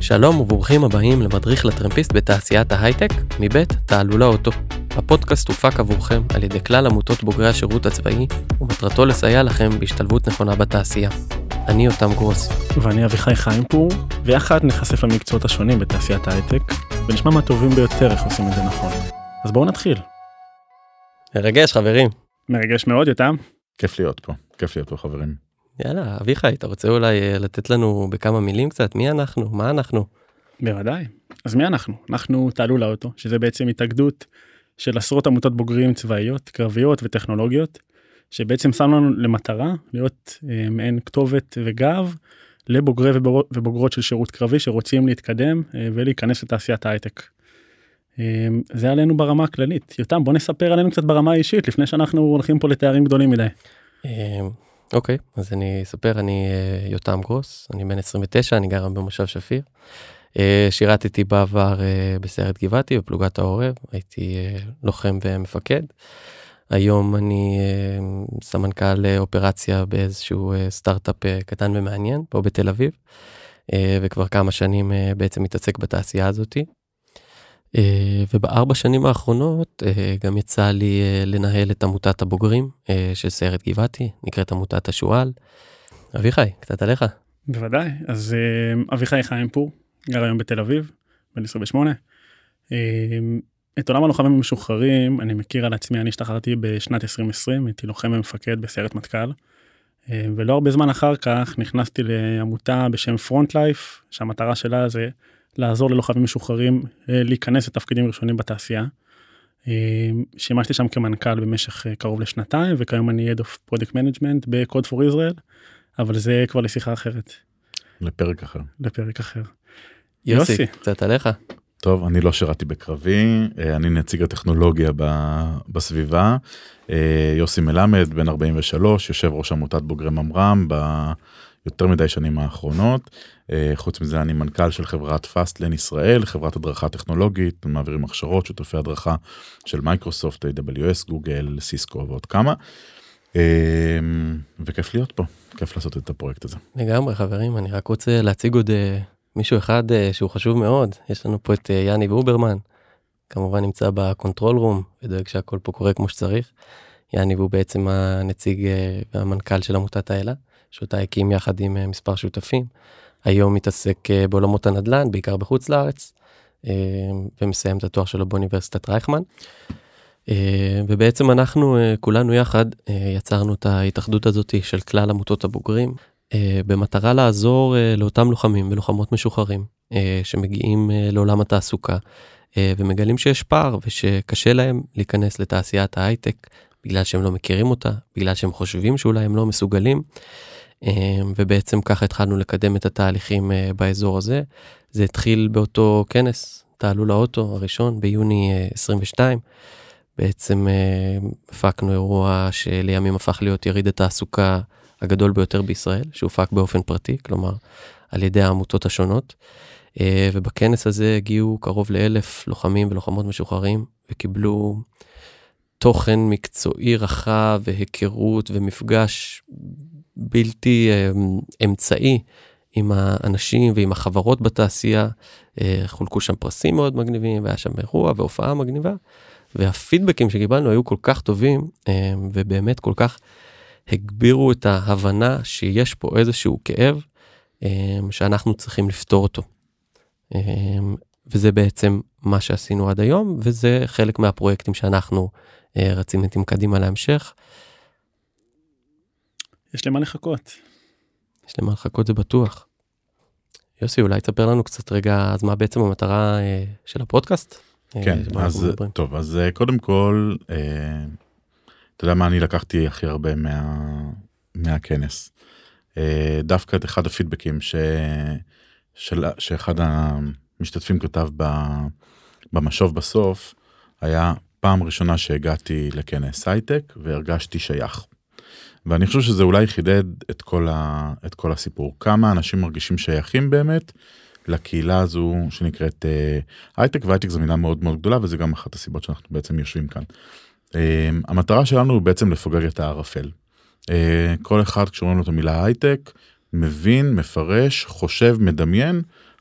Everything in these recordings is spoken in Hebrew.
שלום וברוכים הבאים למדריך לטרמפיסט בתעשיית ההייטק, מבית תעלו לאוטו. הפודקאסט הופק עבורכם על ידי כלל עמותות בוגרי השירות הצבאי, ומטרתו לסייע לכם בהשתלבות נכונה בתעשייה. אני יותם גרוס. ואני אביחי חיימפור, ויחד נחשף למקצועות השונים בתעשיית ההייטק, ונשמע מהטובים ביותר איך עושים את זה נכון. אז בואו נתחיל. מרגש חברים. מרגש מאוד יותם. כיף להיות פה חברים. יאללה, אביחי, אתה רוצה אולי לתת לנו בכמה מילים קצת? מי אנחנו? מה אנחנו? בוודאי. אז מי אנחנו? אנחנו תעלו לאוטו, שזה בעצם התאגדות של עשרות עמותות בוגרים צבאיות, קרביות וטכנולוגיות, שבעצם שם לנו למטרה להיות מעין כתובת וגב לבוגרי ובוגרות של שירות קרבי שרוצים להתקדם ולהיכנס לתעשיית ההייטק. זה עלינו ברמה הכללית. יותם, בוא נספר עלינו קצת ברמה האישית, לפני שאנחנו הולכים פה לתארים גדולים מדי. אוקיי, אז אני אספר, אני יותם גרוס, אני בן 29, אני גר במושב שפיר. שירתתי בעבר בסיירת גבעתי, בפלוגת העורב, הייתי לוחם ומפקד. היום אני סמנכ"ל אופרציה באיזשהו סטארט-אפ קטן ומעניין, פה בתל אביב, וכבר כמה שנים בעצם מתעסק בתעשייה הזאת. וב4 שנים האחרונות גם יצא לי לנהל את עמותת הבוגרים של סיירת גבעתי, נקראת עמותת השועל. אביחי, קצת עליך. בוודאי, אז אביחי חיימפור, גר היום בתל אביב, בן 28. את עולם הלוחמים המשוחררים אני מכיר על עצמי, אני השתחררתי בשנת 2020, הייתי לוחם ומפקד בסיירת מטכ"ל, ולא הרבה זמן אחר כך נכנסתי לעמותה בשם פרונט לייף, שהמטרה שלה זה לעזור ללוחמים משוחררים להיכנס לתפקידים ראשונים בתעשייה. שימשתי שם כמנכ"ל במשך קרוב לשנתיים, וכיום אני Head of Product Management ב-Code for Israel, אבל זה כבר לשיחה אחרת. לפרק אחר. יוסי, קצת עליך. טוב, אני לא שירתי בקרבי, אני נציג הטכנולוגיה בסביבה, יוסי מלמד, בן 43, יושב ראש עמותת בוגרי ממר"ם ביותר מדי שנים האחרונות. חוץ מזה אני מנכ"ל של חברת פאסטלן ישראל, חברת הדרכה טכנולוגית, מעבירים הכשרות, שותפי הדרכה של מייקרוסופט, AWS, גוגל, סיסקו ועוד כמה. וכיף להיות פה, כיף לעשות את הפרויקט הזה. לגמרי חברים, אני רק רוצה להציג עוד מישהו אחד שהוא חשוב מאוד. יש לנו פה את יאני וברמן, כמובן נמצא בקונטרול רום, ודואג שהכל פה קורה כמו שצריך. יאני הוא בעצם הנציג והמנכ"ל של עמותת האלה, שאותה הקים יחד עם מספר שותפים. היום מתעסק בעולמות הנדל"ן, בעיקר בחוץ לארץ, ומסיים את התואר שלו באוניברסיטת רייכמן. ובעצם אנחנו כולנו יחד יצרנו את ההתאחדות הזאת של כלל עמותות הבוגרים, במטרה לעזור לאותם לוחמים ולוחמות משוחררים, שמגיעים לעולם התעסוקה, ומגלים שיש פער ושקשה להם להיכנס לתעשיית ההייטק, בגלל שהם לא מכירים אותה, בגלל שהם חושבים שאולי הם לא מסוגלים, ובעצם ככה התחלנו לקדם את התהליכים באזור הזה. זה התחיל באותו כנס, תעלו לאוטו הראשון, ביוני 22, בעצם הפקנו אירוע שלימים הפך להיות יריד התעסוקה הגדול ביותר בישראל, שהופק באופן פרטי, כלומר על ידי העמותות השונות, ובכנס הזה הגיעו קרוב ל1,000 לוחמים ולוחמות משוחררים, וקיבלו תוכן מקצועי רחב והיכרות ומפגש בלתי אמצעי עם האנשים ועם החברות בתעשייה. חולקו שם פרסים מאוד מגניבים, והיה שם אירוע והופעה מגניבה, והפידבקים שקיבלנו היו כל כך טובים, ובאמת כל כך הגבירו את ההבנה שיש פה איזשהו כאב, שאנחנו צריכים לפתור אותו. וזה בעצם מה שעשינו עד היום, וזה חלק מהפרויקטים שאנחנו רצים נתים קדימה להמשך. יש למה לחכות. יש למה לחכות, זה בטוח. יוסי, אולי תספר לנו קצת רגע, אז מה בעצם המטרה של הפודקאסט? כן, אז טוב, אז קודם כל, אתה יודע מה אני לקחתי הכי הרבה מהכנס. דווקא את אחד הפידבקים שאחד המשתתפים כתב במשוב בסוף, היה פעם ראשונה שהגעתי לכנס הייטק והרגשתי שייך. ואני חושב שזה אולי חידד את כל הסיפור. כמה אנשים מרגישים שייכים באמת לקהילה הזו שנקראת הייטק, והייטק זו מילה מאוד מאוד גדולה, וזה גם אחת הסיבות שאנחנו בעצם יושבים כאן. המטרה שלנו היא בעצם לפוגג את הערפל. כל אחד כשאומרים לו את המילה הייטק, מבין, מפרש, חושב, מדמיין,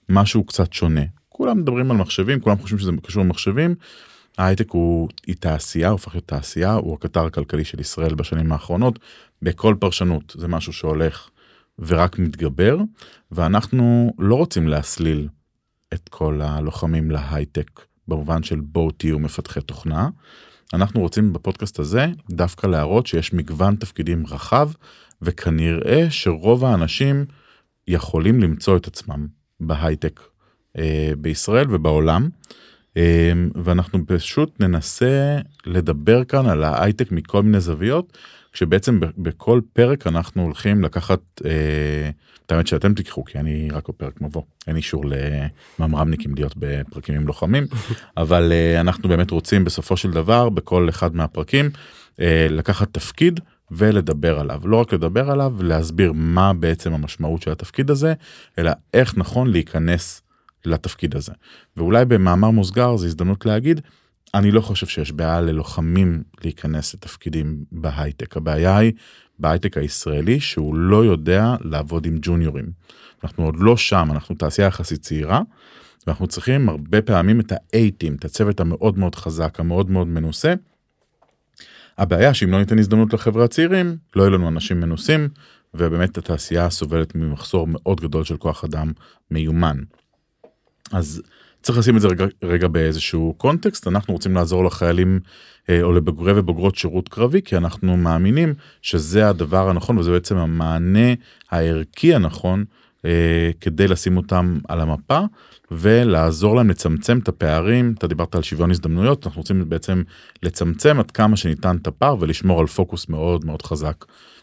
משהו קצת שונה. כולם מדברים על מחשבים, כולם חושבים שזה קשור למחשבים, ההייטק היא תעשייה, הופך להיות תעשייה, הוא הקטר הכלכלי של ישראל בשנים האחרונות, בכל פרשנות, זה משהו שהולך ורק מתגבר, ואנחנו לא רוצים להסליל את כל הלוחמים להייטק, במובן של בואו תהיו מפתחי תוכנה, אנחנו רוצים בפודקאסט הזה דווקא להראות שיש מגוון תפקידים רחב, וכנראה שרוב האנשים יכולים למצוא את עצמם בהייטק בישראל ובעולם, ואנחנו פשוט ננסה לדבר כאן על ההייטק מכל מיני זוויות, כשבעצם בכל פרק אנחנו הולכים לקחת, את האמת שאתם תיקחו, כי אני רק בפרק מבוא, אין אישור לממרמניקים להיות בפרקים עם לוחמים, אבל אנחנו באמת רוצים בסופו של דבר, בכל אחד מהפרקים, לקחת תפקיד ולדבר עליו. לא רק לדבר עליו, להסביר מה בעצם המשמעות של התפקיד הזה, אלא איך נכון להיכנס לתפקיד הזה. ואולי במאמר מוסגר, זו הזדמנות להגיד, אני לא חושב שיש בעיה ללוחמים להיכנס לתפקידים בהייטק. הבעיה היא בהייטק הישראלי, שהוא לא יודע לעבוד עם ג'וניורים. אנחנו עוד לא שם, אנחנו תעשייה יחסית צעירה, ואנחנו צריכים הרבה פעמים את ה-A-Team, את הצוות המאוד מאוד חזק, המאוד מאוד מנוסה. הבעיה שאם לא ניתן הזדמנות לחברה הצעירים, לא יהיו לנו אנשים מנוסים, ובאמת התעשייה סובלת ממחסור מאוד גדול של כוח אדם מיומן. אז צריך לשים את זה רגע באיזשהו קונטקסט, אנחנו רוצים לעזור לחיילים או לבוגרי ובוגרות שירות קרבי, כי אנחנו מאמינים שזה הדבר הנכון, וזה בעצם המענה הערכי הנכון, כדי לשים אותם על המפה, ולעזור להם לצמצם את הפערים. אתה דיברת על שוויון הזדמנויות, אנחנו רוצים בעצם לצמצם עד כמה שניתן את הפער, ולשמור על פוקוס מאוד מאוד חזק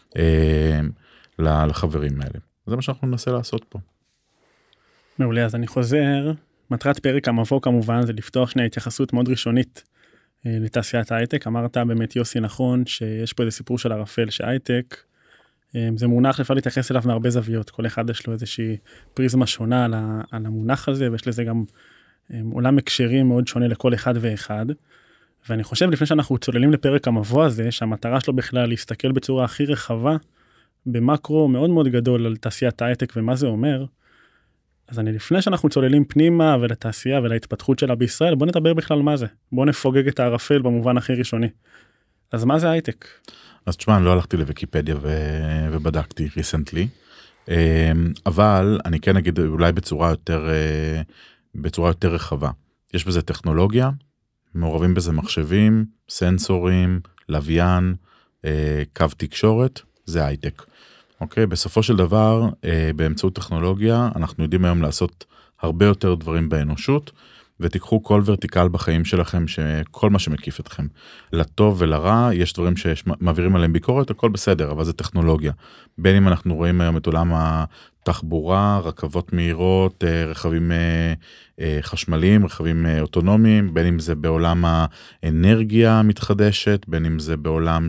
לחברים האלה. זה מה שאנחנו ננסה לעשות פה. מעולה, אז אני חוזר. מטרת פרק המבוא כמובן זה לפתוח שני התייחסות מאוד ראשונית לתעשיית ההייטק. אמרת באמת יוסי נכון שיש פה איזה סיפור של ערפל שההייטק זה מונח לפעמים להתייחס אליו מהרבה זוויות, כל אחד יש לו איזושהי פריזמה שונה על המונח הזה, ויש לזה גם עולם הקשרים מאוד שונה לכל אחד ואחד, ואני חושב לפני שאנחנו צוללים לפרק המבוא הזה, שהמטרה שלו בכלל להסתכל בצורה הכי רחבה, במקרו מאוד מאוד גדול על תעשיית ההייטק ומה זה אומר, אז לפני שאנחנו צוללים פנימה ולתעשייה ולהתפתחות שלה בישראל, בוא נדבר בכלל מה זה, בוא נפוגג את הערפל במובן הכי ראשוני. אז מה זה הייטק? אז תשמע, אני לא הלכתי לוויקיפדיה ובדקתי recently, אבל אני כן אגיד אולי בצורה יותר רחבה. יש בזה טכנולוגיה, מעורבים בזה מחשבים, סנסורים, לוויין, קו תקשורת, זה הייטק. אוקיי, בסופו של דבר, באמצעות טכנולוגיה, אנחנו יודעים היום לעשות הרבה יותר דברים באנושות, ותיקחו כל ורטיקל בחיים שלכם, שכל מה שמקיף אתכם, לטוב ולרע, יש דברים שמעבירים עליהם ביקורת, הכל בסדר, אבל זה טכנולוגיה. בין אם אנחנו רואים היום את עולם התחבורה, רכבות מהירות, רכבים חשמליים, רכבים אוטונומיים, בין אם זה בעולם האנרגיה המתחדשת, בין אם זה בעולם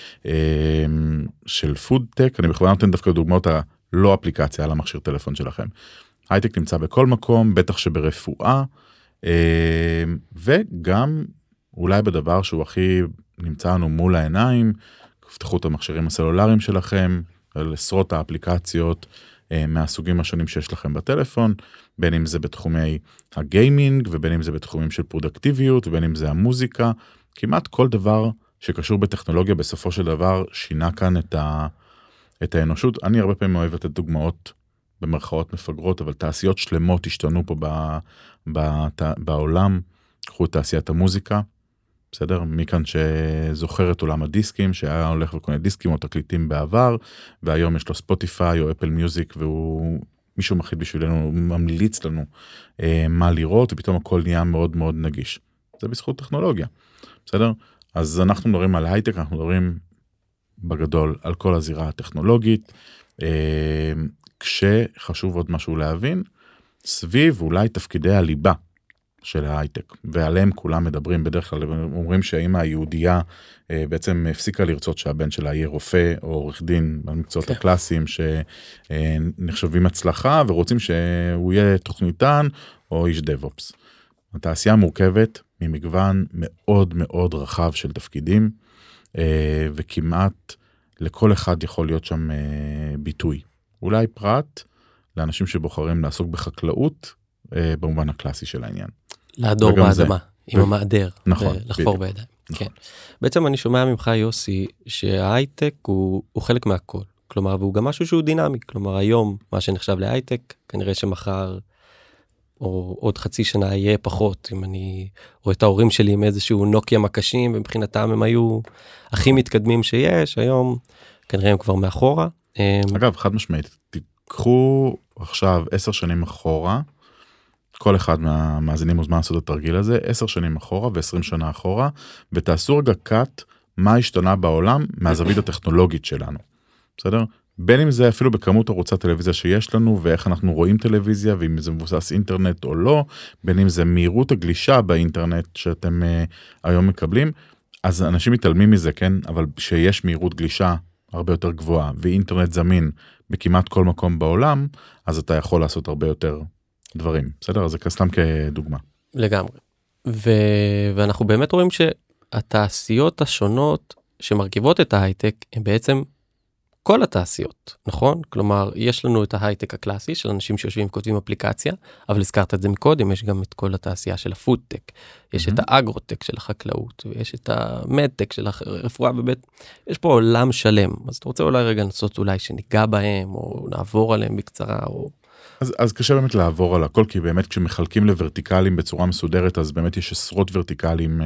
של פודטק, אני בכוונה נותן דווקא דוגמאות לא אפליקציה על המכשיר טלפון שלכם. הייטק נמצא בכל מקום, בטח שברפואה, וגם אולי בדבר שהוא הכי נמצא לנו מול העיניים, תפתחו את המכשירים הסלולריים שלכם, על עשרות האפליקציות מהסוגים השונים שיש לכם בטלפון, בין אם זה בתחומי הגיימינג, ובין אם זה בתחומים של פרודקטיביות, ובין אם זה המוזיקה, כמעט כל דבר שקשור בטכנולוגיה בסופו של דבר שינה כאן את האנושות. אני הרבה פעמים אוהב לתת דוגמאות במרכאות מפגרות, אבל תעשיות שלמות השתנו פה בעולם, קחו את תעשיית המוזיקה, בסדר? מכאן שזוכר את עולם הדיסקים, שהיה הולך וקונה דיסקים או תקליטים בעבר, והיום יש לו ספוטיפיי או אפל מיוזיק, מישהו מחליט בשבילנו, ממליץ לנו מה לראות, ופתאום הכל נהיה מאוד מאוד נגיש. זה בזכות טכנולוגיה, בסדר? אז אנחנו מדברים על הייטק, אנחנו מדברים בגדול על כל הזירה הטכנולוגית, כשחשוב עוד משהו להבין, סביב אולי תפקידי הליבה של ההייטק, ועליהם כולם מדברים בדרך כלל, אומרים שהאמא היהודייה בעצם הפסיקה לרצות שהבן שלה יהיה רופא או עורך דין במקצועות הקלאסיים שנחשבים הצלחה, ורוצים שהוא יהיה תוכניתן או איש דב-אופס. התעשייה מורכבת ממגוון מאוד מאוד רחב של תפקידים, וכמעט לכל אחד יכול להיות שם ביטוי. אולי פרט לאנשים שבוחרים לעסוק בחקלאות, במובן הקלאסי של העניין. לעדור באדמה, עם המעדר, נכון, לחפור בידיים. כן. בעצם אני שומע ממך יוסי, שההייטק הוא חלק מהכל. כלומר, והוא גם משהו שהוא דינמי. כלומר, היום, מה שנחשב להייטק, כנראה שמחר, או עוד חצי שנה יהיה פחות, אם אני רואה את ההורים שלי עם איזשהו נוקיה מקשים, ומבחינתם הם היו הכי מתקדמים שיש, היום כנראה הם כבר מאחורה. אגב, חד משמעית, תיקחו עכשיו 10 שנים אחורה, כל אחד מהמאזינים מוזמן לעשות את התרגיל הזה, 10 שנים אחורה ו20 שנה אחורה, ותעשו רגע קאט מה השתנה בעולם מהזווית הטכנולוגית שלנו. בסדר? בין אם זה אפילו בכמות ערוצי טלוויזיה שיש לנו, ואיך אנחנו רואים טלוויזיה, ואם זה מבוסס אינטרנט או לא, בין אם זה מהירות הגלישה באינטרנט שאתם היום מקבלים, אז אנשים מתעלמים מזה, כן? אבל שיש מהירות גלישה הרבה יותר גבוהה, ואינטרנט זמין בכמעט כל מקום בעולם, אז אתה יכול לעשות הרבה יותר דברים. בסדר? אז זה סתם כדוגמה. לגמרי. ואנחנו באמת רואים שהתעשיות השונות שמרכיבות את ההייטק, הן בעצם כל התעשיות, נכון? כלומר, יש לנו את ההייטק הקלאסי של אנשים שיושבים וכותבים אפליקציה, אבל הזכרת את זה מקודם, יש גם את כל התעשייה של הפודטק, יש את האגרוטק של החקלאות, ויש את המדטק של הרפואה בבית, יש פה עולם שלם, אז אתה רוצה אולי רגע לנסות אולי שניגע בהם, או נעבור עליהם בקצרה, או... אז קשה באמת לעבור על הכל, כי באמת כשמחלקים לוורטיקלים בצורה מסודרת, אז באמת יש עשרות ורטיקלים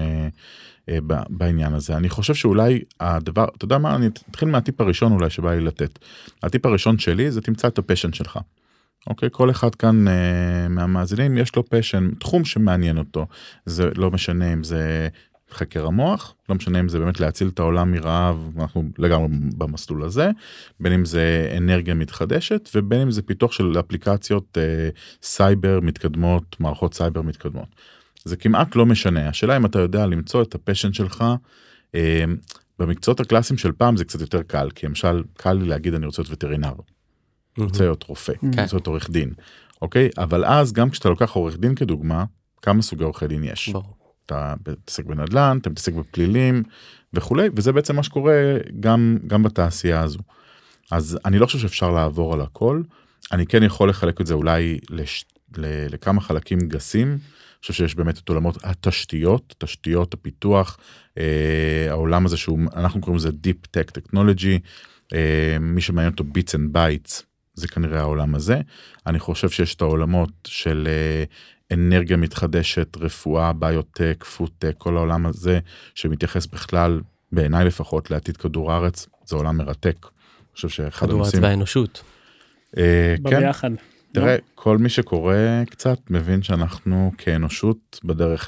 בעניין הזה. אני חושב שאולי הדבר, אתה יודע מה, אני אתחיל מהטיפ הראשון אולי שבא לי לתת. הטיפ הראשון שלי זה תמצא את הפשן שלך. אוקיי, כל אחד כאן מהמאזינים יש לו פשן, תחום שמעניין אותו. זה לא משנה אם זה חקר המוח, לא משנה אם זה באמת להציל את העולם מרעב, אנחנו לגמרי במסלול הזה, בין אם זה אנרגיה מתחדשת, ובין אם זה פיתוח של אפליקציות סייבר מתקדמות, מערכות סייבר מתקדמות. זה כמעט לא משנה. השאלה אם אתה יודע למצוא את הפשן שלך, במקצועות הקלאסיים של פעם זה קצת יותר קל, כי למשל קל לי להגיד אני רוצה להיות וטרינר, רוצה להיות רופא, רוצה להיות עורך דין, אוקיי? אבל אז גם כשאתה לוקח עורך דין כדוגמה, כמה סוגי עורכי דין יש? אתה מתעסק בנדל"ן, אתה מתעסק בפלילים וכולי, וזה בעצם מה שקורה גם בתעשייה הזו. אז אני לא חושב שאפשר לעבור על הכל, אני כן יכול לחלק את זה אולי לכמה חלקים גסים, אני חושב שיש באמת את עולמות התשתיות, תשתיות הפיתוח, העולם הזה אנחנו קוראים לזה Deep Tech Technology, מי שמעניין אותו Bits and Bytes, זה כנראה העולם הזה. אני חושב שיש את העולמות של אנרגיה מתחדשת, רפואה, ביוטק, פודטק, כל העולם הזה שמתייחס בכלל, בעיניי לפחות, לעתיד כדור הארץ, זה עולם מרתק. אני חושב שאחד כדור הארץ והאנושות. ביחד. תראה, כל מי שקורא קצת מבין שאנחנו כאנושות בדרך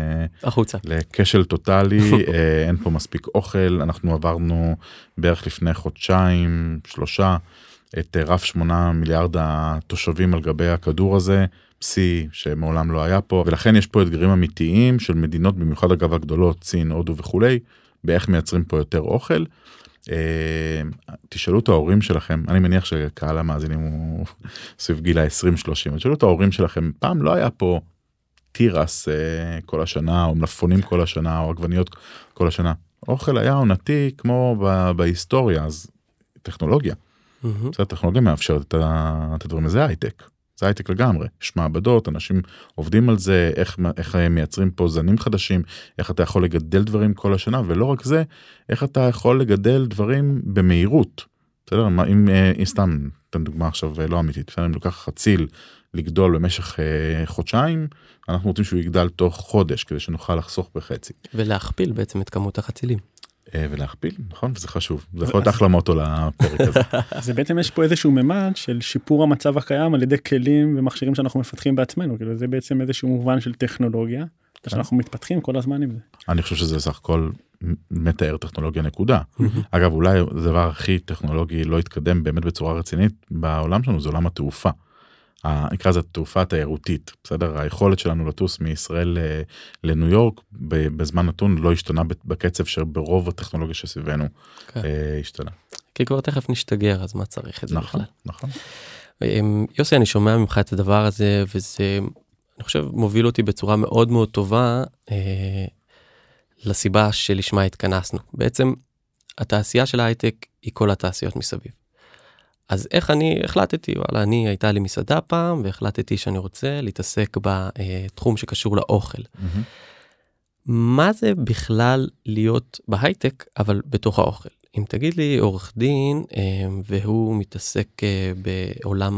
לכשל טוטלי, אין פה מספיק אוכל, אנחנו עברנו בערך לפני חודשיים, 3, את רף 8 מיליארד התושבים על גבי הכדור הזה, פסי שמעולם לא היה פה, ולכן יש פה אתגרים אמיתיים של מדינות, במיוחד אגב הגדולות, סין, הודו וכולי, באיך מייצרים פה יותר אוכל. תשאלו את ההורים שלכם, אני מניח שקהל המאזינים הוא סביב גיל ה-20-30, תשאלו את ההורים שלכם, פעם לא היה פה טירס כל השנה, או מלפפונים כל השנה, או עגבניות כל השנה. אוכל היה עונתי כמו בהיסטוריה, אז טכנולוגיה. הטכנולוגיה מאפשרת את הדברים, זה הייטק. זה הייטק לגמרי, יש מעבדות, אנשים עובדים על זה, איך הם מייצרים פה זנים חדשים, איך אתה יכול לגדל דברים כל השנה, ולא רק זה, איך אתה יכול לגדל דברים במהירות. בסדר? אם סתם, אתן דוגמה עכשיו לא אמיתית, לפעמים לוקח חציל לגדול במשך חודשיים, אנחנו רוצים שהוא יגדל תוך חודש, כדי שנוכל לחסוך בחצי. ולהכפיל בעצם את כמות החצילים. ולהכפיל, נכון? וזה חשוב. זה יכול להיות אחלה מוטו לפרק הזה. אז בעצם יש פה איזשהו ממד של שיפור המצב הקיים על ידי כלים ומכשירים שאנחנו מפתחים בעצמנו. כאילו זה בעצם איזשהו מובן של טכנולוגיה, שאנחנו מתפתחים כל הזמן עם זה. אני חושב שזה סך הכל מתאר טכנולוגיה נקודה. אגב, אולי הדבר הכי טכנולוגי לא יתקדם באמת בצורה רצינית בעולם שלנו, זה עולם התעופה. נקרא זה התעופה התיירותית, בסדר? היכולת שלנו לטוס מישראל לניו יורק בזמן נתון לא השתנה בקצב שברוב הטכנולוגיה שסביבנו השתנה. כי כבר תכף נשתגר, אז מה צריך את זה בכלל? נכון. יוסי, אני שומע ממך את הדבר הזה, וזה, אני חושב, מוביל אותי בצורה מאוד מאוד טובה לסיבה שלשמה התכנסנו. בעצם, התעשייה של ההייטק היא כל התעשיות מסביב. אז איך אני החלטתי, וואלה, הייתה לי מסעדה פעם, והחלטתי שאני רוצה להתעסק בתחום שקשור לאוכל. מה זה בכלל להיות בהייטק, אבל בתוך האוכל? אם תגיד לי עורך דין, והוא מתעסק בעולם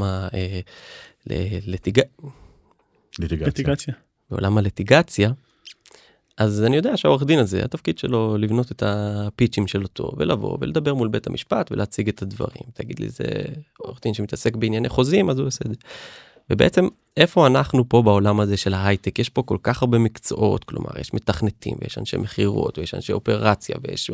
ליטיגציה. בעולם הליטיגציה, אז אני יודע שהעורך דין הזה, התפקיד שלו לבנות את הפיצ'ים של אותו, ולבוא ולדבר מול בית המשפט ולהציג את הדברים. תגיד לי, זה עורך דין שמתעסק בענייני חוזים, אז הוא עושה את זה. ובעצם, איפה אנחנו פה בעולם הזה של ההייטק? יש פה כל כך הרבה מקצועות, כלומר, יש מתכנתים, ויש אנשי מחירות, ויש אנשי אופרציה, ויש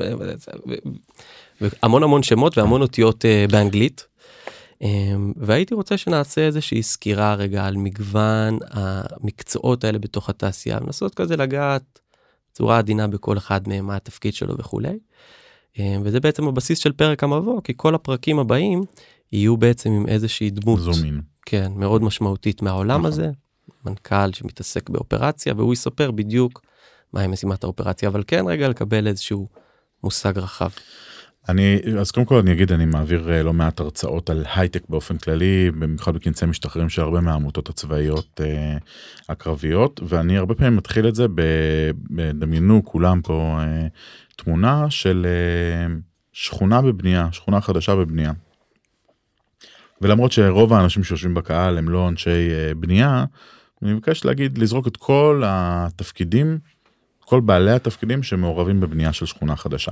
המון המון שמות והמון אותיות באנגלית. והייתי רוצה שנעשה איזושהי סקירה רגע על מגוון המקצועות האלה בתוך התעשייה, לנסות כזה לגעת צורה עדינה בכל אחד מהם, מה התפקיד שלו וכולי. וזה בעצם הבסיס של פרק המבוא, כי כל הפרקים הבאים יהיו בעצם עם איזושהי דמות. זומין. כן, מאוד משמעותית מהעולם הזה, מנכ"ל שמתעסק באופרציה, והוא יספר בדיוק מהי משימת האופרציה, אבל כן רגע לקבל איזשהו מושג רחב. אז קודם כל אני אגיד, אני מעביר לא מעט הרצאות על הייטק באופן כללי, במיוחד בכנסי משתחררים של הרבה מהעמותות הצבאיות הקרביות, ואני הרבה פעמים מתחיל את זה בדמיינו כולם פה תמונה של שכונה בבנייה, שכונה חדשה בבנייה. ולמרות שרוב האנשים שיושבים בקהל הם לא אנשי בנייה, אני מבקש לזרוק את כל התפקידים, כל בעלי התפקידים שמעורבים בבנייה של שכונה חדשה.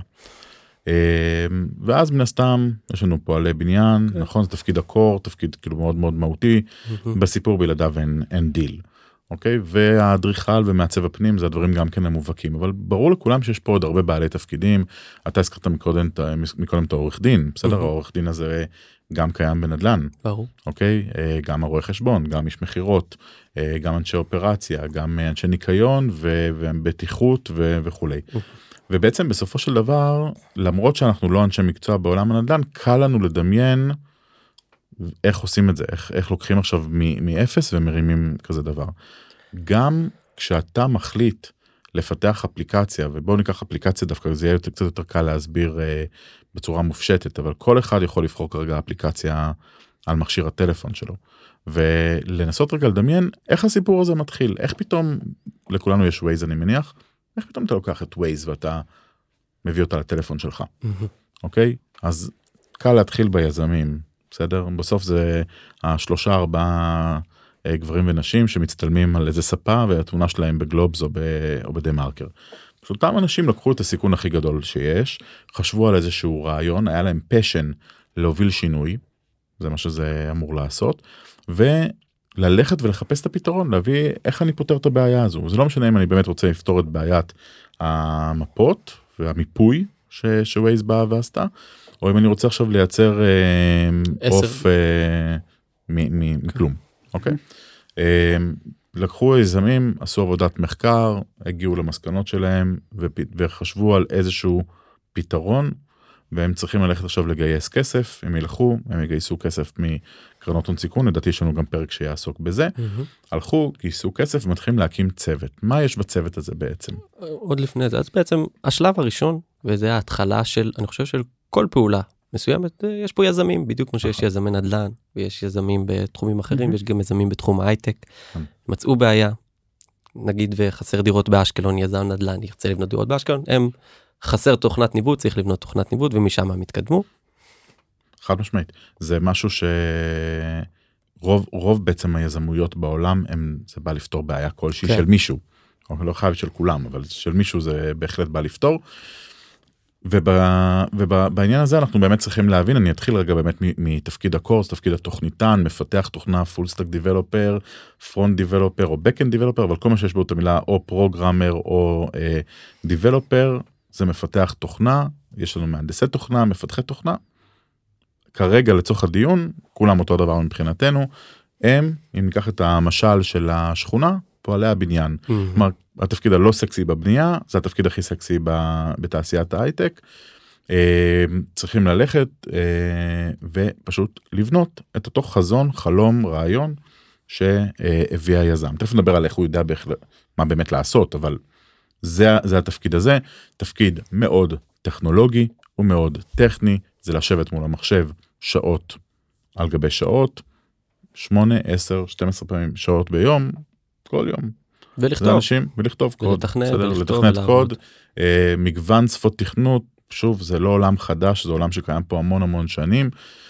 ואז מן הסתם יש לנו פועלי בניין, נכון, זה תפקיד הקור, תפקיד כאילו מאוד מאוד מהותי, בסיפור בלעדיו אין דיל, אוקיי? והאדריכל ומעצב הפנים זה הדברים גם כן המובהקים, אבל ברור לכולם שיש פה עוד הרבה בעלי תפקידים. אתה הזכרת מקודם את העורך דין, בסדר? העורך דין הזה גם קיים בנדל"ן, ברור. אוקיי? גם הרואה חשבון, גם איש מחירות, גם אנשי אופרציה, גם אנשי ניקיון ובטיחות וכולי. ובעצם בסופו של דבר, למרות שאנחנו לא אנשי מקצוע בעולם הנדל"ן, קל לנו לדמיין איך עושים את זה, איך לוקחים עכשיו מאפס ומרימים כזה דבר. גם כשאתה מחליט לפתח אפליקציה, ובואו ניקח אפליקציה דווקא, זה יהיה קצת יותר קל להסביר בצורה מופשטת, אבל כל אחד יכול לבחור כרגע אפליקציה על מכשיר הטלפון שלו, ולנסות רגע לדמיין איך הסיפור הזה מתחיל, איך פתאום, לכולנו יש Waze אני מניח, איך פתאום אתה לוקח את Waze ואתה מביא אותה לטלפון שלך, אוקיי? אז קל להתחיל ביזמים, בסדר? בסוף זה 3-4 גברים ונשים שמצטלמים על איזה ספה, והתמונה שלהם בגלובס או בדה מרקר. אותם אנשים לקחו את הסיכון הכי גדול שיש, חשבו על איזשהו רעיון, היה להם פשן להוביל שינוי, זה מה שזה אמור לעשות, וללכת ולחפש את הפתרון, להביא איך אני פותר את הבעיה הזו. זה לא משנה אם אני באמת רוצה לפתור את בעיית המפות והמיפוי שווייז באה ועשתה, או אם אני רוצה עכשיו לייצר אוף מכלום, אוקיי? לקחו יזמים, עשו עבודת מחקר, הגיעו למסקנות שלהם, וחשבו על איזשהו פתרון, והם צריכים ללכת עכשיו לגייס כסף, הם ילכו, הם יגייסו כסף מקרנות הון סיכון, לדעתי יש לנו גם פרק שיעסוק בזה, הלכו, גייסו כסף, ומתחילים להקים צוות. מה יש בצוות הזה בעצם? עוד לפני זה, אז בעצם השלב הראשון, וזה ההתחלה של, אני חושב של כל פעולה מסוימת, יש פה יזמים, בדיוק כמו שיש יזמי נדל"ן, ויש יזמים בתחומים אחרים, ויש גם יזמים בתחום ההייטק, מצאו בעיה, נגיד וחסר דירות באשקלון, יזם נדל"ן, ירצה לבנות דירות באשקלון, הם חסר תוכנת ניווט, צריך לבנות תוכנת ניווט, ומשם הם התקדמו. חד משמעית, זה משהו רוב בעצם היזמויות בעולם, זה בא לפתור בעיה כלשהי של מישהו, לא חייב של כולם, אבל של מישהו זה בהחלט בא לפתור, ובעניין הזה אנחנו באמת צריכים להבין, אני אתחיל רגע באמת מתפקיד הקורס, תפקיד התוכניתן, מפתח תוכנה, full stack developer, front developer או backend developer, אבל כל מה שיש בו את המילה או פרוגרמר או developer, זה מפתח תוכנה, יש לנו מהנדסי תוכנה, מפתחי תוכנה, כרגע לצורך הדיון, כולם אותו דבר מבחינתנו, אם ניקח את המשל של השכונה, פועלי הבניין, כלומר, התפקיד הלא סקסי בבנייה, זה התפקיד הכי סקסי בתעשיית ההייטק, צריכים ללכת ופשוט לבנות את אותו חזון, חלום, רעיון, שהביא היזם. תכף נדבר על איך הוא יודע מה באמת לעשות, אבל זה התפקיד הזה, תפקיד מאוד טכנולוגי, ומאוד טכני, זה לשבת מול המחשב שעות על גבי שעות, 8, 10, 12 פעמים שעות ביום, כל יום. ולכתוב קוד. לתכנת קוד, מגוון שפות תכנות, שוב, זה לא עולם חדש, זה עולם שקיים פה המון המון שנים.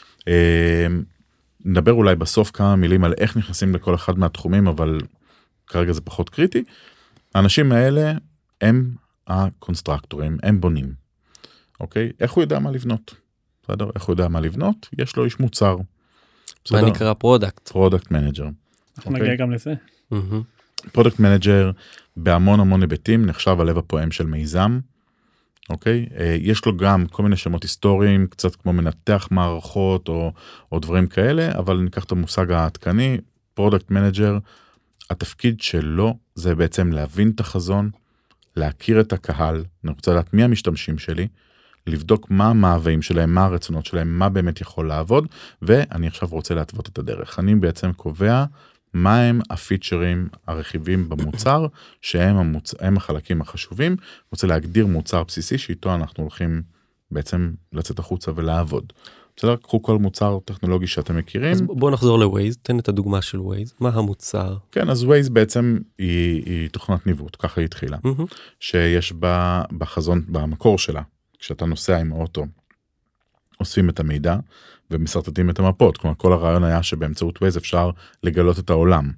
נדבר אולי בסוף כמה מילים על איך נכנסים לכל אחד מהתחומים, אבל כרגע זה פחות קריטי. האנשים האלה הם הקונסטרקטורים, הם בונים. אוקיי? איך הוא יודע מה לבנות? בסדר? איך הוא יודע מה לבנות? יש לו איש מוצר. מה נקרא פרודקט? פרודקט מנג'ר. אנחנו נגיע גם לזה. פרודקט מנג'ר בהמון המון היבטים נחשב הלב הפועם של מיזם. אוקיי? יש לו גם כל מיני שמות היסטוריים, קצת כמו מנתח מערכות או דברים כאלה, אבל ניקח את המושג העדכני, פרודקט מנג'ר, התפקיד שלו זה בעצם להבין את החזון, להכיר את הקהל, אני רוצה לדעת מי המשתמשים שלי, לבדוק מה המאוויים שלהם, מה הרצונות שלהם, מה באמת יכול לעבוד, ואני עכשיו רוצה להתוות את הדרך. אני בעצם קובע מה הם הפיצ'רים, הרכיבים במוצר, שהם החלקים החשובים, רוצה להגדיר מוצר בסיסי, שאיתו אנחנו הולכים בעצם לצאת החוצה ולעבוד. בסדר, קחו כל מוצר טכנולוגי שאתם מכירים. אז בואו נחזור לווייז, תן את הדוגמה של ווייז, מה המוצר? כן, אז ווייז בעצם היא תוכנת ניווט, ככה היא התחילה, שיש בה בחזון, במקור שלה, כשאתה נוסע עם האוטו, אוספים את המידע ומסרטטים את המפות, כלומר כל הרעיון היה שבאמצעות ווייז אפשר לגלות את העולם.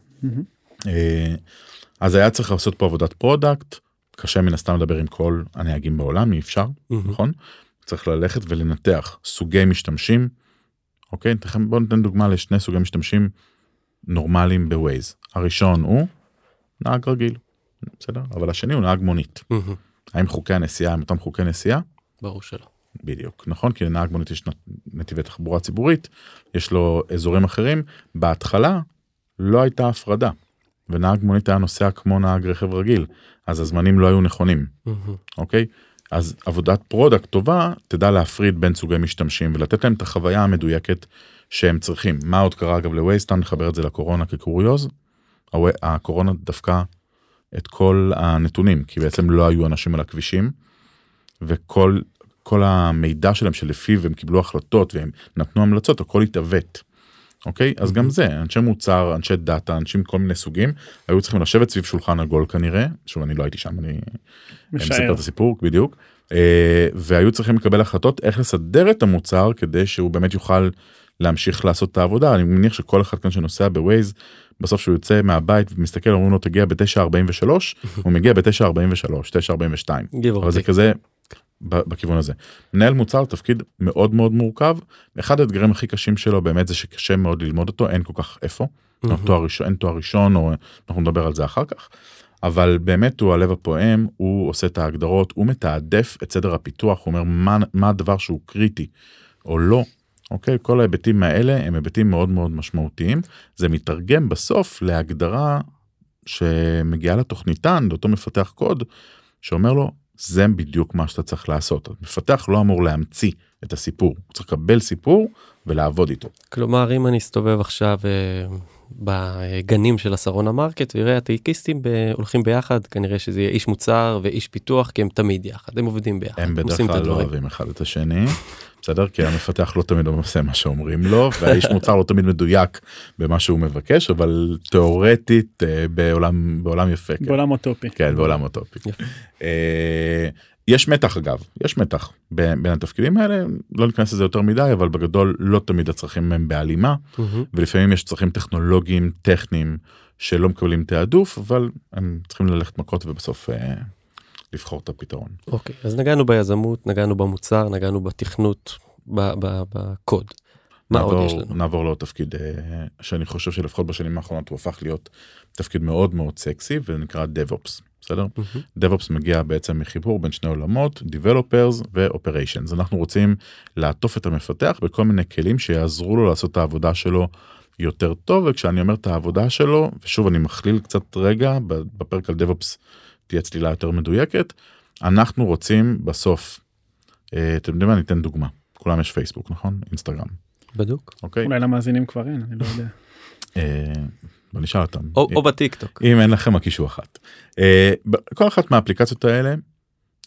אז היה צריך לעשות פה עבודת פרודקט, קשה מן הסתם לדבר עם כל הנהגים בעולם, אי אפשר, נכון? צריך ללכת ולנתח סוגי משתמשים, אוקיי? בואו ניתן דוגמה לשני סוגי משתמשים נורמליים בווייז. הראשון הוא נהג רגיל, בסדר? אבל השני הוא נהג מונית. האם חוקי הנסיעה הם אותם חוקי נסיעה? ברור שלא. בדיוק, נכון? כי לנהג מונית יש נתיבי תחבורה ציבורית, יש לו אזורים אחרים. בהתחלה לא הייתה הפרדה, ונהג מונית היה נוסע כמו נהג רכב רגיל, אז הזמנים לא היו נכונים, אוקיי? אז עבודת פרודקט טובה תדע להפריד בין סוגי משתמשים ולתת להם את החוויה המדויקת שהם צריכים. מה עוד קרה אגב לווייז? סתם נחבר את זה לקורונה כקוריוז. הקורונה דווקא את כל הנתונים, כי בעצם לא היו אנשים על הכבישים, וכל המידע שלהם שלפיו הם קיבלו החלטות והם נתנו המלצות, הכל התעוות. אוקיי? אז גם זה, אנשי מוצר, אנשי דאטה, אנשים כל מיני סוגים, היו צריכים לשבת סביב שולחן עגול כנראה, שוב אני לא הייתי שם, אני מספר את הסיפור בדיוק, והיו צריכים לקבל החלטות איך לסדר את המוצר, כדי שהוא באמת יוכל להמשיך לעשות את העבודה. אני מניח שכל אחד כאן שנוסע בווייז, בסוף שהוא יוצא מהבית ומסתכל, אומרים לו תגיע ב-9:43, הוא מגיע ב-9:43, 9:42, אבל זה כזה בכיוון הזה. מנהל מוצר תפקיד מאוד מאוד מורכב, אחד האתגרים הכי קשים שלו באמת זה שקשה מאוד ללמוד אותו, אין כל כך איפה, אין תואר ראשון, או אנחנו נדבר על זה אחר כך, אבל באמת הוא הלב הפועם, הוא עושה את ההגדרות, הוא מתעדף את סדר הפיתוח, הוא אומר מה הדבר שהוא קריטי או לא, אוקיי? כל ההיבטים האלה הם היבטים מאוד מאוד משמעותיים, זה מתרגם בסוף להגדרה שמגיעה לתוכניתן, לאותו מפתח קוד, שאומר לו, זה בדיוק מה שאתה צריך לעשות. מפתח לא אמור להמציא את הסיפור, הוא צריך לקבל סיפור ולעבוד איתו. כלומר, אם אני אסתובב עכשיו בגנים של השרון המרקט, ויראה הטייקיסטים הולכים ביחד, כנראה שזה יהיה איש מוצר ואיש פיתוח, כי הם תמיד יחד, הם עובדים ביחד. הם בדרך כלל לא אוהבים אחד את השני, בסדר? כי המפתח לא תמיד עושה מה שאומרים לו, והאיש מוצר לא תמיד מדויק במה שהוא מבקש, אבל תיאורטית בעולם יפה. בעולם אוטופי. כן, בעולם אוטופי. יש מתח אגב, יש מתח בין התפקידים האלה, לא ניכנס לזה יותר מדי, אבל בגדול לא תמיד הצרכים הם בהלימה, ולפעמים יש צרכים טכנולוגיים, טכניים, שלא מקבלים תעדוף, אבל הם צריכים ללכת מכות ובסוף לבחור את הפתרון. אוקיי, אז נגענו ביזמות, נגענו במוצר, נגענו בתכנות, בקוד. מה עוד יש לנו? נעבור לו תפקיד שאני חושב שלפחות בשנים האחרונות הוא הפך להיות תפקיד מאוד מאוד סקסי, וזה נקרא DevOps. בסדר? DevOps מגיע בעצם מחיבור בין שני עולמות, Developers ו-Operations. אנחנו רוצים לעטוף את המפתח בכל מיני כלים שיעזרו לו לעשות את העבודה שלו יותר טוב, וכשאני אומר את העבודה שלו, ושוב אני מכליל קצת רגע, בפרק על DevOps תהיה צלילה יותר מדויקת, אנחנו רוצים בסוף, אתם יודעים מה, אני אתן דוגמה, כולם יש פייסבוק, נכון? אינסטגרם. בדוק. אוקיי? אולי למאזינים כבר אין, אני לא יודע. בוא נשאל אותם. או בטיק טוק. אם אין לכם הקישו אחת. כל אחת מהאפליקציות האלה,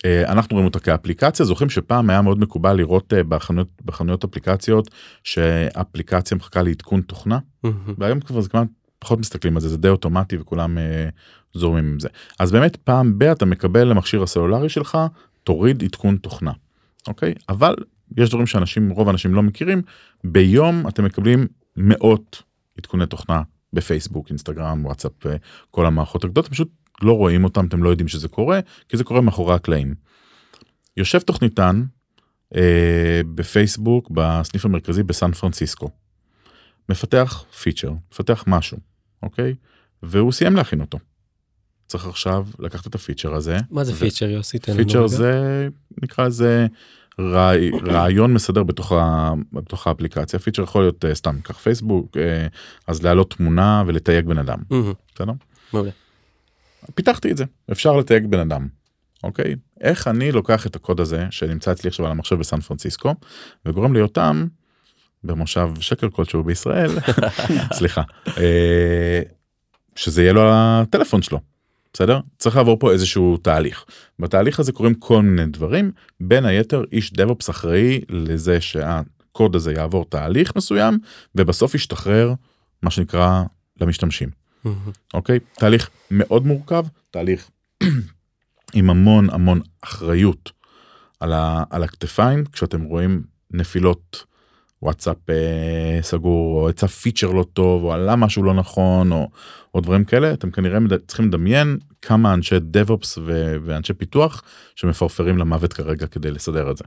אנחנו רואים אותה כאפליקציה, זוכרים שפעם היה מאוד מקובל לראות בחנויות אפליקציות, שאפליקציה מחכה לעדכון תוכנה, והיום כבר זה כמעט פחות מסתכלים על זה, זה די אוטומטי וכולם זורמים עם זה. אז באמת פעם אתה מקבל למכשיר הסלולרי שלך, תוריד עדכון תוכנה, אוקיי? אבל יש דברים רוב האנשים לא מכירים, ביום אתם מקבלים מאות עדכוני תוכנה בפייסבוק, אינסטגרם, וואטסאפ, כל המערכות הגדולות, פשוט לא רואים אותם, אתם לא יודעים שזה קורה, כי זה קורה מאחורי הקלעים. יושב תוכניתן בפייסבוק, בסניף המרכזי בסן פרנסיסקו, מפתח פיצ'ר, מפתח משהו, אוקיי? והוא סיים להכין אותו. צריך עכשיו לקחת את הפיצ'ר הזה. מה זה פיצ'ר, יוסי? פיצ'ר זה, נקרא לזה, רעיון מסדר בתוך האפליקציה. פיצ'ר יכול להיות סתם, כך פייסבוק, אז להעלות תמונה ולתייג בן אדם. בסדר? מעולה. פיתחתי את זה, אפשר לתייג בן אדם. אוקיי? איך אני לוקח את הקוד הזה, שנמצא אצלי עכשיו על המחשב בסן פרנסיסקו, וגורם לי אותם, במושב שקל כלשהו בישראל, סליחה, שזה יהיה לו הטלפון שלו. בסדר? צריך לעבור פה איזשהו תהליך. בתהליך הזה קוראים כל מיני דברים, בין היתר איש DevOps אחראי לזה שהקוד הזה יעבור תהליך מסוים, ובסוף ישתחרר מה שנקרא למשתמשים. אוקיי? תהליך מאוד מורכב, תהליך עם המון אחריות על הכתפיים, כשאתם רואים נפילות וואטסאפ סגור, או יצא פיצ'ר לא טוב, או עלה משהו לא נכון, או דברים כאלה, אתם כנראה צריכים לדמיין כמה אנשי DevOps ואנשי פיתוח, שמפרפרים למוות כרגע כדי לסדר את זה.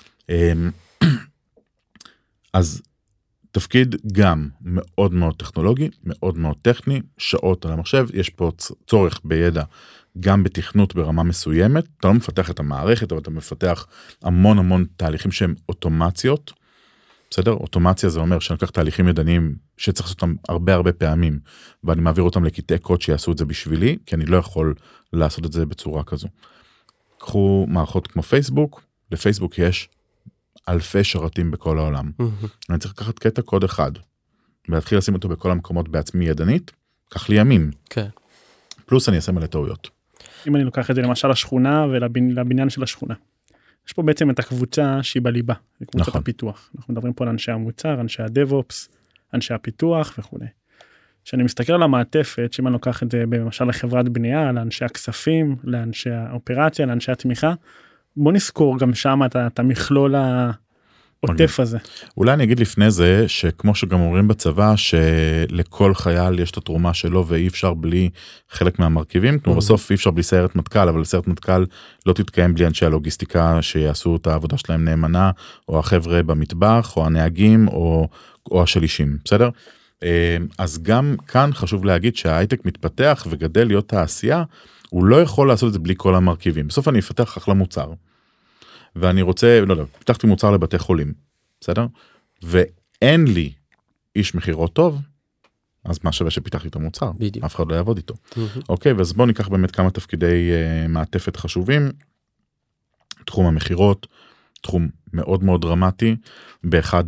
אז תפקיד גם מאוד מאוד טכנולוגי, מאוד מאוד טכני, שעות על המחשב, יש פה צורך בידע, גם בתכנות ברמה מסוימת, אתה לא מפתח את המערכת, אבל אתה מפתח המון תהליכים שהם אוטומציות, בסדר? אוטומציה זה אומר שאני לוקח תהליכים ידניים שצריך לעשות אותם הרבה פעמים, ואני מעביר אותם לקטעי קוד שיעשו את זה בשבילי, כי אני לא יכול לעשות את זה בצורה כזו. קחו מערכות כמו פייסבוק, לפייסבוק יש אלפי שרתים בכל העולם. אני צריך לקחת קטע קוד אחד, ולהתחיל לשים אותו בכל המקומות בעצמי ידנית, קח לי ימים. כן. פלוס אני אעשה מלא טעויות. אם אני לוקח את זה למשל לשכונה ולבניין של השכונה. יש פה בעצם את הקבוצה שהיא בליבה, זה קבוצת הפיתוח. אנחנו מדברים פה על אנשי המוצר, אנשי הדב-אופס, אנשי הפיתוח וכו'. כשאני מסתכל על המעטפת, שאם אני לוקח את זה למשל לחברת בנייה, לאנשי הכספים, לאנשי האופרציה, לאנשי התמיכה, בוא נזכור גם שם את המכלול העוטף הזה. אולי אני אגיד לפני זה, שכמו שגם אומרים בצבא, שלכל חייל יש את התרומה שלו, ואי אפשר בלי חלק מהמרכיבים, כמו בסוף אי אפשר בלי סיירת מטכ"ל, אבל סיירת מטכ"ל לא תתקיים בלי אנשי הלוגיסטיקה, שיעשו את העבודה שלהם נאמנה, או החבר'ה במטבח, או הנהגים, או השלישים, בסדר? אז גם כאן חשוב להגיד שההייטק מתפתח וגדל להיות העשייה, הוא לא יכול לעשות את זה בלי כל המרכיבים. בסוף אני אפתח אחלה מוצר, ואני רוצה, לא, פתחתי מוצר לבתי חולים, בסדר? ואין לי איש מחירות טוב, אז מה שווה שפיתחתי את המוצר? בדיוק. אף אחד לא יעבוד איתו. אוקיי, אז בואו ניקח באמת כמה תפקידי מעטפת חשובים. תחום המחירות, תחום מאוד מאוד דרמטי. באחד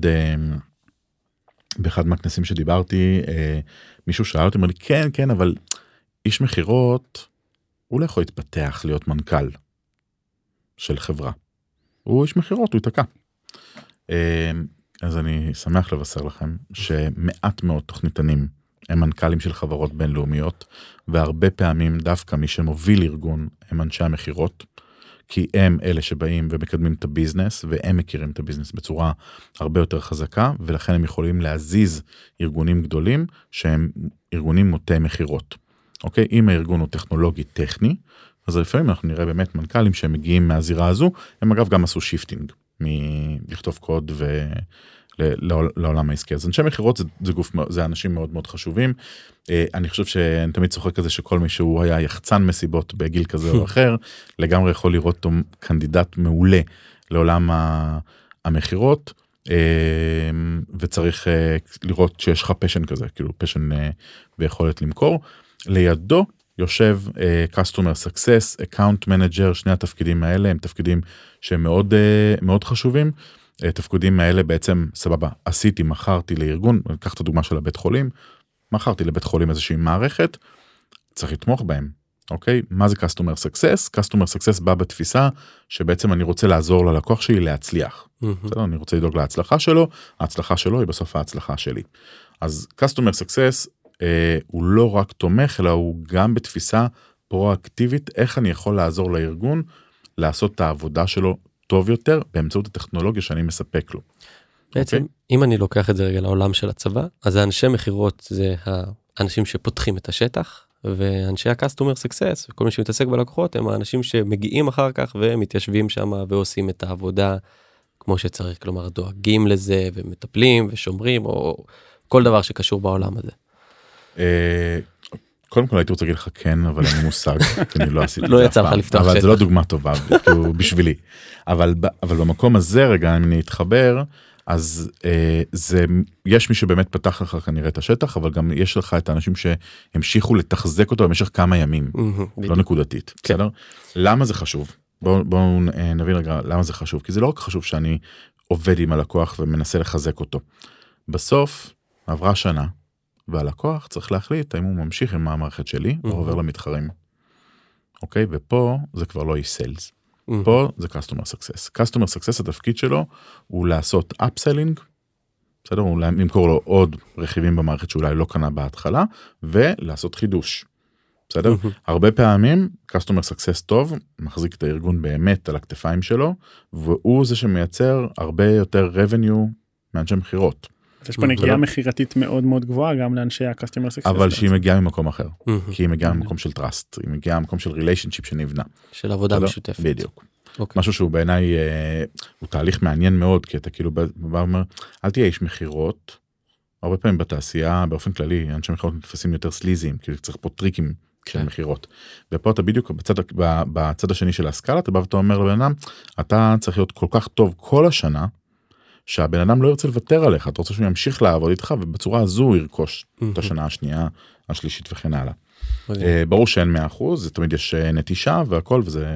מהכנסים שדיברתי, מישהו שאל אותי, אמר לי, כן, אבל איש מחירות, הוא לא יכול להתפתח להיות מנכ"ל של חברה. הוא איש מחירות, הוא ייתקע. אז אני שמח לבשר לכם שמעט מאוד תוכניתנים הם מנכ"לים של חברות בינלאומיות, והרבה פעמים דווקא מי שמוביל ארגון הם אנשי המחירות, כי הם אלה שבאים ומקדמים את הביזנס, והם מכירים את הביזנס בצורה הרבה יותר חזקה, ולכן הם יכולים להזיז ארגונים גדולים שהם ארגונים מוטי מחירות. אוקיי? אם הארגון הוא טכנולוגי טכני, אז לפעמים אנחנו נראה באמת מנכ"לים שהם מגיעים מהזירה הזו, הם אגב גם עשו שיפטינג מלכתוב קוד לעולם העסקי. אז אנשי מחירות זה אנשים מאוד מאוד חשובים. אני חושב שאני תמיד צוחק כזה שכל מי שהוא היה יחצן מסיבות בגיל כזה או אחר, לגמרי יכול לראות אותו קנדידט מעולה לעולם המחירות, וצריך לראות שיש לך פשן כזה, כאילו פשן ויכולת למכור. לידו יושב Customer Success, Account Manager, שני התפקידים האלה הם תפקידים שהם מאוד, מאוד חשובים. תפקידים האלה בעצם, סבבה, מכרתי לארגון, ניקח את הדוגמה של הבית חולים, מכרתי לבית חולים איזושהי מערכת, צריך לתמוך בהם. אוקיי? מה זה Customer Success? Customer Success בא בתפיסה שבעצם אני רוצה לעזור ללקוח שלי להצליח. בסדר? אני רוצה לדאוג להצלחה שלו, ההצלחה שלו היא בסוף ההצלחה שלי. אז Customer Success הוא לא רק תומך, אלא הוא גם בתפיסה פרואקטיבית, איך אני יכול לעזור לארגון, לעשות את העבודה שלו טוב יותר, באמצעות הטכנולוגיה שאני מספק לו. בעצם, אם אני לוקח את זה רגע לעולם של הצבא, אז האנשי מחירות זה האנשים שפותחים את השטח, ואנשי ה-Customer Success, וכל מי שמתעסק בלקוחות, הם האנשים שמגיעים אחר כך, ומתיישבים שם, ועושים את העבודה כמו שצריך, כלומר, דואגים לזה, ומטפלים, ושומרים, או כל דבר שקשור בעולם הזה. קודם כל הייתי רוצה להגיד לך כן, אבל אין מושג, כי אני לא עשיתי את לא זה יצא אף לך פעם. לפתוח אבל שטח. זה לא דוגמה טובה, בשבילי. אבל במקום הזה רגע, אם אני אתחבר, אז יש מי שבאמת פתח לך כנראה את השטח, אבל גם יש לך את האנשים שהמשיכו לתחזק אותו במשך כמה ימים, לא נקודתית. בסדר? למה זה חשוב? בואו נבין רגע למה זה חשוב, כי זה לא רק חשוב שאני עובד עם הלקוח ומנסה לחזק אותו. בסוף עברה שנה, והלקוח צריך להחליט האם הוא ממשיך עם המערכת שלי, או עובר למתחרים. אוקיי? ופה זה כבר לא e-sales. פה זה Customer Success. Customer Success, התפקיד שלו הוא לעשות upselling, בסדר? הוא למכור לו עוד רכיבים במערכת שאולי לא קנה בהתחלה, ולעשות חידוש. בסדר? הרבה פעמים Customer Success טוב, מחזיק את הארגון באמת על הכתפיים שלו, והוא זה שמייצר הרבה יותר revenue מאנשי מחירות. יש פה נגיעה מחירתית מאוד מאוד גבוהה גם לאנשי ה-Customer Success. אבל שהיא מגיעה ממקום אחר, כי היא מגיעה ממקום של trust, היא מגיעה ממקום של relationship שנבנה. של עבודה משותפת. בדיוק. משהו שהוא בעיניי, הוא תהליך מעניין מאוד, כי אתה כאילו בא ואומר, אל תהיה איש מחירות, הרבה פעמים בתעשייה, באופן כללי, אנשי מחירות נתפסים יותר סליזים, כי צריך פה טריקים של מחירות. ופה אתה בדיוק בצד השני של הסקאלה, אתה בא ואתה אומר לבן אדם, אתה צריך להיות כל כך טוב כל השנה, שהבן אדם לא ירצה לוותר עליך, אתה רוצה שהוא ימשיך לעבוד איתך, ובצורה הזו הוא ירכוש את השנה השנייה, השלישית וכן הלאה. ברור שאין 100%, זה תמיד יש נטישה והכל, וזה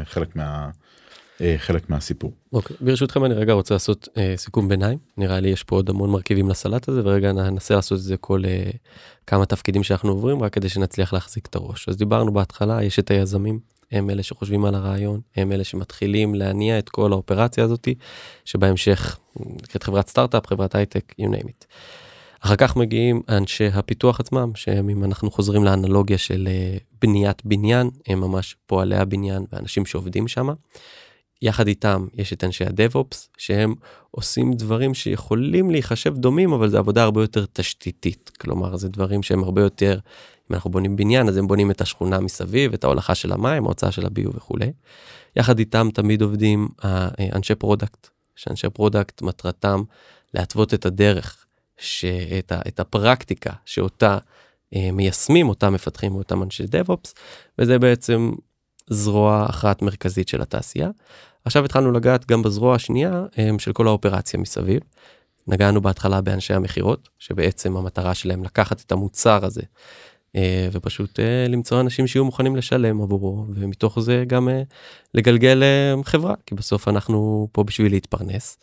חלק מהסיפור. אוקיי, ברשותכם אני רגע רוצה לעשות סיכום ביניים, נראה לי יש פה עוד המון מרכיבים לסלט הזה, ורגע ננסה לעשות את זה כל כמה תפקידים שאנחנו עוברים, רק כדי שנצליח להחזיק את הראש. אז דיברנו בהתחלה, יש את היזמים, הם אלה שחושבים על הרעיון, הם אלה שמתחילים להניע את כל האופרציה הזאת, שבהמשך, נקראת חברת סטארט-אפ, חברת הייטק, you name it. אחר כך מגיעים אנשי הפיתוח עצמם, שאם אנחנו חוזרים לאנלוגיה של בניית בניין, הם ממש פועלי הבניין ואנשים שעובדים שם. יחד איתם יש את אנשי הדב-אופס, שהם עושים דברים שיכולים להיחשב דומים, אבל זה עבודה הרבה יותר תשתיתית. כלומר, זה דברים שהם הרבה יותר, אם אנחנו בונים בניין, אז הם בונים את השכונה מסביב, את ההולכה של המים, ההוצאה של הביוב וכו'. יחד איתם תמיד עובדים אנשי פרודקט, שאנשי פרודקט מטרתם להתוות את הדרך, את הפרקטיקה שאותה מיישמים, אותה מפתחים אותם אנשי דב-אופס, וזה בעצם זרוע אחת מרכזית של התעשייה. עכשיו התחלנו לגעת גם בזרוע השנייה של כל האופרציה מסביב. נגענו בהתחלה באנשי המחירות, שבעצם המטרה שלהם לקחת את המוצר הזה, ופשוט למצוא אנשים שיהיו מוכנים לשלם עבורו, ומתוך זה גם לגלגל חברה, כי בסוף אנחנו פה בשביל להתפרנס.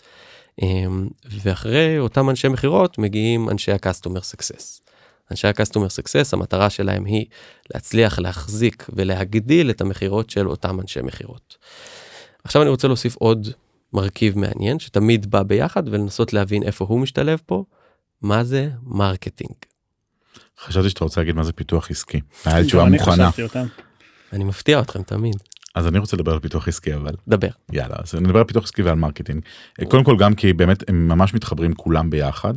ואחרי אותם אנשי מחירות מגיעים אנשי ה-Customer Success. אנשי ה-Customer Success, המטרה שלהם היא להצליח להחזיק ולהגדיל את המחירות של אותם אנשי מחירות. עכשיו אני רוצה להוסיף עוד מרכיב מעניין, שתמיד בא ביחד, ולנסות להבין איפה הוא משתלב פה, מה זה מרקטינג. חשבתי שאתה רוצה להגיד מה זה פיתוח עסקי. היה לי תשובה מוכנה. אני מפתיע אתכם תמיד. אז אני רוצה לדבר על פיתוח עסקי, אבל... דבר. יאללה, אז אני מדבר על פיתוח עסקי ועל מרקטינג. קודם כל גם כי באמת הם ממש מתחברים כולם ביחד,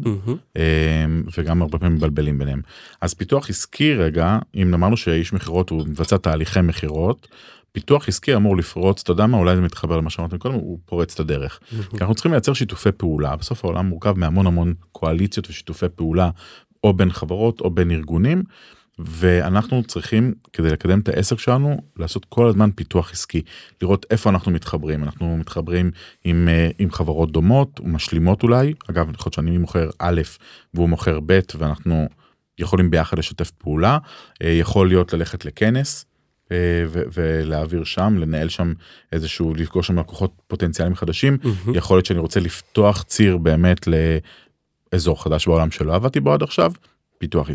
וגם הרבה פעמים מבלבלים ביניהם. אז פיתוח עסקי רגע, אם אמרנו שאיש מחירות הוא מבצע תהליכי מחירות, פיתוח עסקי אמור לפרוץ, אתה יודע מה, אולי זה מתחבר למה שאמרתם קודם, הוא פורץ את הדרך. כי אנחנו צריכים לייצר שיתופי פעולה, בסוף העולם מורכב מהמון המון קואליציות ושיתופי פעולה, או בין חברות או בין ארגונים, ואנחנו צריכים, כדי לקדם את העסק שלנו, לעשות כל הזמן פיתוח עסקי, לראות איפה אנחנו מתחברים. אנחנו מתחברים עם חברות דומות, ומשלימות אולי, אגב, יכול להיות שאני מוכר א' והוא מוכר ב', ואנחנו יכולים ביחד לשתף פעולה, יכול להיות ללכת לכנס, ולהעביר שם, לנהל שם איזשהו, לפגוש שם לקוחות פוטנציאליים חדשים, יכול להיות שאני רוצה לפתוח ציר באמת לאזור חדש בעולם שלא עבדתי בו עד עכשיו, פיתוח עסקי.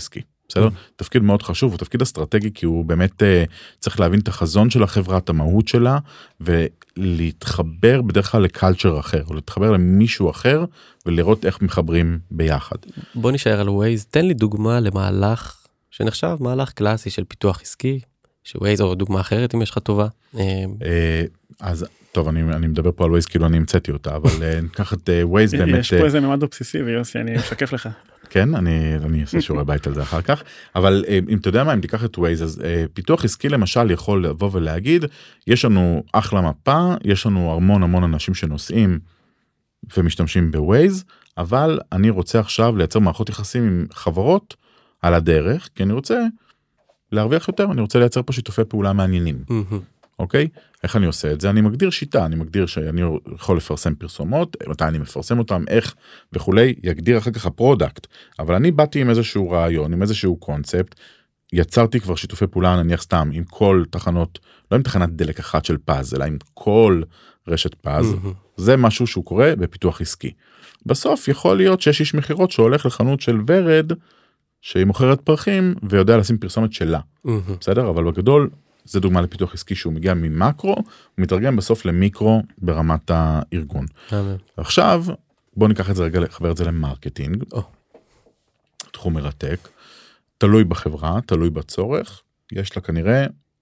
בסדר? תפקיד מאוד חשוב, הוא תפקיד אסטרטגי, כי הוא באמת צריך להבין את החזון של החברה, את המהות שלה, ולהתחבר בדרך כלל לקלצ'ר אחר, או להתחבר למישהו אחר, ולראות איך מחברים ביחד. בוא נשאר על ווייז, תן לי דוגמה למהלך שנחשב מהלך קלאסי של פיתוח עסקי, שווייז או דוגמה אחרת אם יש לך טובה. אז טוב, אני מדבר פה על ווייז כאילו אני המצאתי אותה, אבל ניקח את ווייז באמת. יש פה איזה ממד אובססיבי, יוסי, אני משקף לך. כן, אני אעשה שיעורי בית על זה אחר כך, אבל אם אתה יודע מה, אם תיקח את ווייז, אז פיתוח עסקי למשל יכול לבוא ולהגיד, יש לנו אחלה מפה, יש לנו המון אנשים שנוסעים ומשתמשים בווייז, אבל אני רוצה עכשיו לייצר מערכות יחסים עם חברות על הדרך, כי אני רוצה להרוויח יותר, אני רוצה לייצר פה שיתופי פעולה מעניינים. אוקיי? איך אני עושה את זה? אני מגדיר שיטה, אני מגדיר שאני יכול לפרסם פרסומות, מתי אני מפרסם אותם, איך וכולי, יגדיר אחר כך הפרודקט. אבל אני באתי עם איזשהו רעיון, עם איזשהו קונספט, יצרתי כבר שיתופי פעולה, נניח סתם, עם כל תחנות, לא עם תחנת דלק אחת של פז, אלא עם כל רשת פז. זה משהו שהוא קורה בפיתוח עסקי. בסוף יכול להיות שיש איש מחירות שהולך לחנות של ורד, שהיא מוכרת פרחים, ויודע לשים פרסומת שלה. בסדר? אבל בגדול, זה דוגמה לפיתוח עסקי שהוא מגיע ממקרו, הוא מתרגם בסוף למיקרו ברמת הארגון. עכשיו, בוא ניקח את זה רגע, לחבר את זה למרקטינג. תחום מרתק, תלוי בחברה, תלוי בצורך, יש לה כנראה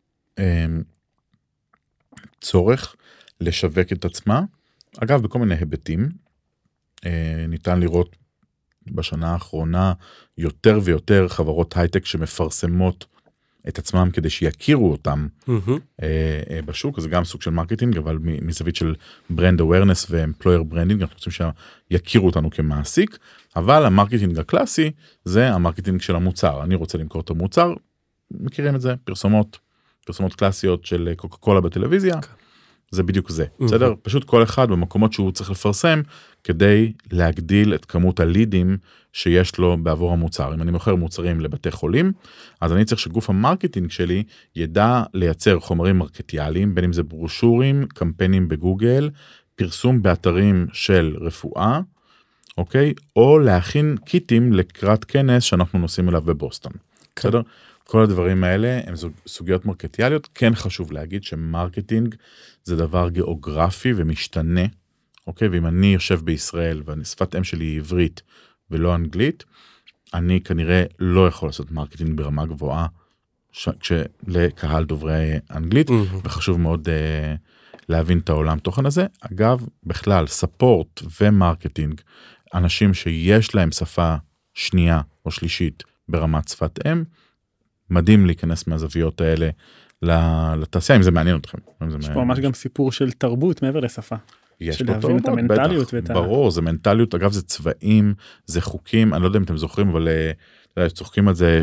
צורך לשווק את עצמה. אגב, בכל מיני היבטים, ניתן לראות בשנה האחרונה יותר ויותר חברות הייטק שמפרסמות את עצמם כדי שיכירו אותם בשוק, זה גם סוג של מרקטינג, אבל מזווית של ברנד אווירנס ואמפלויר ברנדינג, אנחנו רוצים שיכירו אותנו כמעסיק, אבל המרקטינג הקלאסי זה המרקטינג של המוצר, אני רוצה למכור את המוצר, מכירים את זה, פרסומות קלאסיות של קוקה קולה בטלוויזיה, זה בדיוק זה, בסדר? פשוט כל אחד במקומות שהוא צריך לפרסם, כדי להגדיל את כמות הלידים שיש לו בעבור המוצר. אם אני מוכר מוצרים לבתי חולים, אז אני צריך שגוף המרקטינג שלי ידע לייצר חומרים מרקטיאליים, בין אם זה ברושורים, קמפיינים בגוגל, פרסום באתרים של רפואה, אוקיי? או להכין קיטים לקראת כנס שאנחנו נוסעים אליו בבוסטון. בסדר? כל הדברים האלה הם סוגיות מרקטיאליות. כן חשוב להגיד שמרקטינג זה דבר גיאוגרפי ומשתנה, אוקיי? ואם אני יושב בישראל והשפת אם שלי היא עברית ולא אנגלית, אני כנראה לא יכול לעשות מרקטינג ברמה גבוהה לקהל דוברי אנגלית, וחשוב מאוד להבין את העולם תוכן הזה. אגב, בכלל, ספורט ומרקטינג, אנשים שיש להם שפה שנייה או שלישית ברמת שפת אם, מדהים להיכנס מהזוויות האלה לתעשייה, אם זה מעניין אתכם. יש פה ממש גם סיפור של תרבות מעבר לשפה. יש של פה להבין את המנטליות. ברור, זה מנטליות, אגב זה צבעים, זה חוקים, אני לא יודע אם אתם זוכרים, אבל צוחקים על זה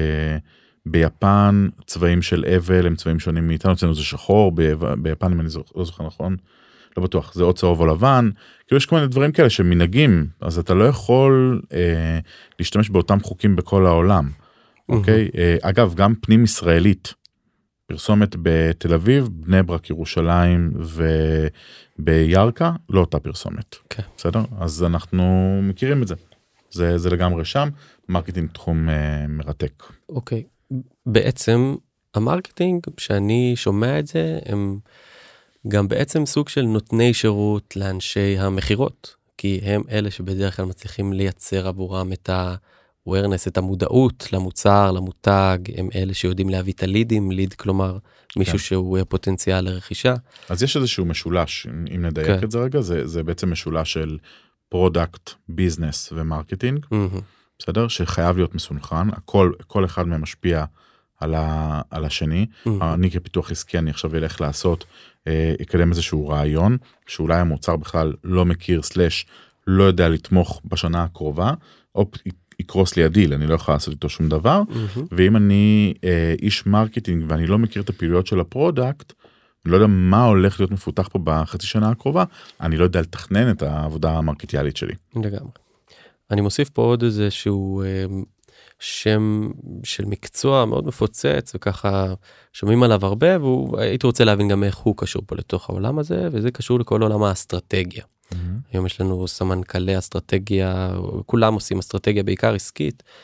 ביפן, צבעים של אבל, הם צבעים שונים מאיתנו, אצלנו זה שחור, ביפן אם אני לא זוכר נכון, לא בטוח, זה או צהוב או לבן, כאילו יש כל מיני דברים כאלה שמנהגים, אז אתה לא יכול להשתמש באותם חוקים בכל העולם. אוקיי? אגב, גם פנים ישראלית, פרסומת בתל אביב, בני ברק, ירושלים ובירקה, לא אותה פרסומת. בסדר? אז אנחנו מכירים את זה. זה לגמרי שם, מרקטינג תחום מרתק. אוקיי. בעצם המרקטינג, כשאני שומע את זה, הם גם בעצם סוג של נותני שירות לאנשי המחירות, כי הם אלה שבדרך כלל מצליחים לייצר עבורם את awareness, את המודעות למוצר, למותג, הם אלה שיודעים להביא את הלידים, ליד כלומר מישהו שהוא פוטנציאל לרכישה. אז יש איזשהו משולש, אם נדייק את זה רגע, זה בעצם משולש של פרודקט, ביזנס ומרקטינג, בסדר? שחייב להיות מסונכרן, כל אחד מהם משפיע על השני. אני כפיתוח עסקי, אני עכשיו אלך לעשות, יקדם איזשהו רעיון, שאולי המוצר בכלל לא מכיר, לא יודע לתמוך בשנה הקרובה, או יקרוס לי הדיל, אני לא יכול לעשות איתו שום דבר, ואם אני איש מרקטינג ואני לא מכיר את הפעילויות של הפרודקט, אני לא יודע מה הולך להיות מפותח פה בחצי שנה הקרובה, אני לא יודע לתכנן את העבודה המרקטיאלית שלי. לגמרי. אני מוסיף פה עוד איזשהו שם של מקצוע מאוד מפוצץ, וככה שומעים עליו הרבה, והייתי רוצה להבין גם איך הוא קשור פה לתוך העולם הזה, וזה קשור לכל עולם האסטרטגיה. היום יש לנו סמנכ"לי אסטרטגיה, כולם עושים אסטרטגיה בעיקר עסקית,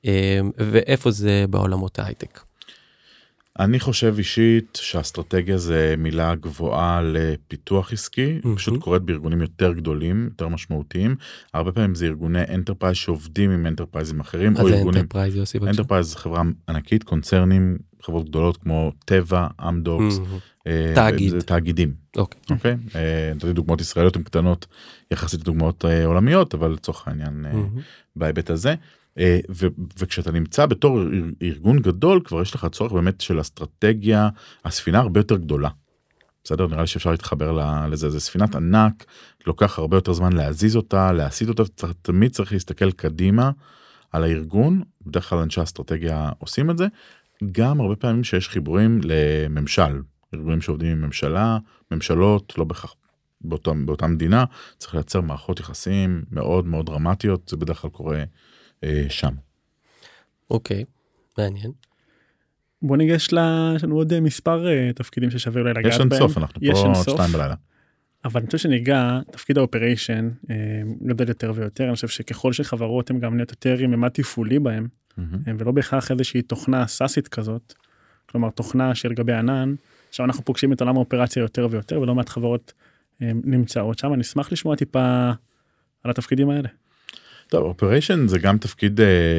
ואיפה זה בעולמות ההייטק? אני חושב אישית שהאסטרטגיה זה מילה גבוהה לפיתוח עסקי, פשוט קורית בארגונים יותר גדולים, יותר משמעותיים, הרבה פעמים זה ארגוני אנטרפרייז שעובדים עם אנטרפרייזים אחרים, אז זה אנטרפרייז, יוסי בבקשה. אנטרפרייז זה חברה ענקית, קונצרנים, חברות גדולות כמו טבע, אמדוקס, תאגידים. אוקיי? נתתי דוגמאות ישראליות הן קטנות יחסית לדוגמאות עולמיות, אבל לצורך העניין בהיבט הזה. וכשאתה נמצא בתור ארגון גדול, כבר יש לך צורך באמת של אסטרטגיה, הספינה הרבה יותר גדולה. בסדר? נראה לי שאפשר להתחבר לזה. זה ספינת ענק, לוקח הרבה יותר זמן להזיז אותה, להסיט אותה, תמיד צריך להסתכל קדימה על הארגון, בדרך כלל אנשי האסטרטגיה עושים את זה, גם הרבה פעמים שיש חיבורים לממשל, ארגונים שעובדים עם ממשלה, ממשלות, לא בכך באותה מדינה, צריך לייצר מערכות יחסים מאוד מאוד דרמטיות, זה בדרך כלל קורה שם. אוקיי, מעניין. בוא ניגש יש לנו עוד מספר תפקידים ששווה אולי לגעת בהם. יש אינסוף, אנחנו פה 2 בלילה. אבל אני חושב שניגע, תפקיד האופריישן גדל יותר ויותר, אני חושב שככל שחברות הן גם נהיות יותר עם ממד תפעולי בהם, ולא בהכרח איזושהי תוכנה סאסית כזאת, כלומר תוכנה של גבי ענן, עכשיו אנחנו פוגשים את עולם האופרציה יותר ויותר, ולא מעט חברות נמצאות שם, אני אשמח לשמוע טיפה על התפקידים האלה. טוב, אופריישן זה גם תפקיד,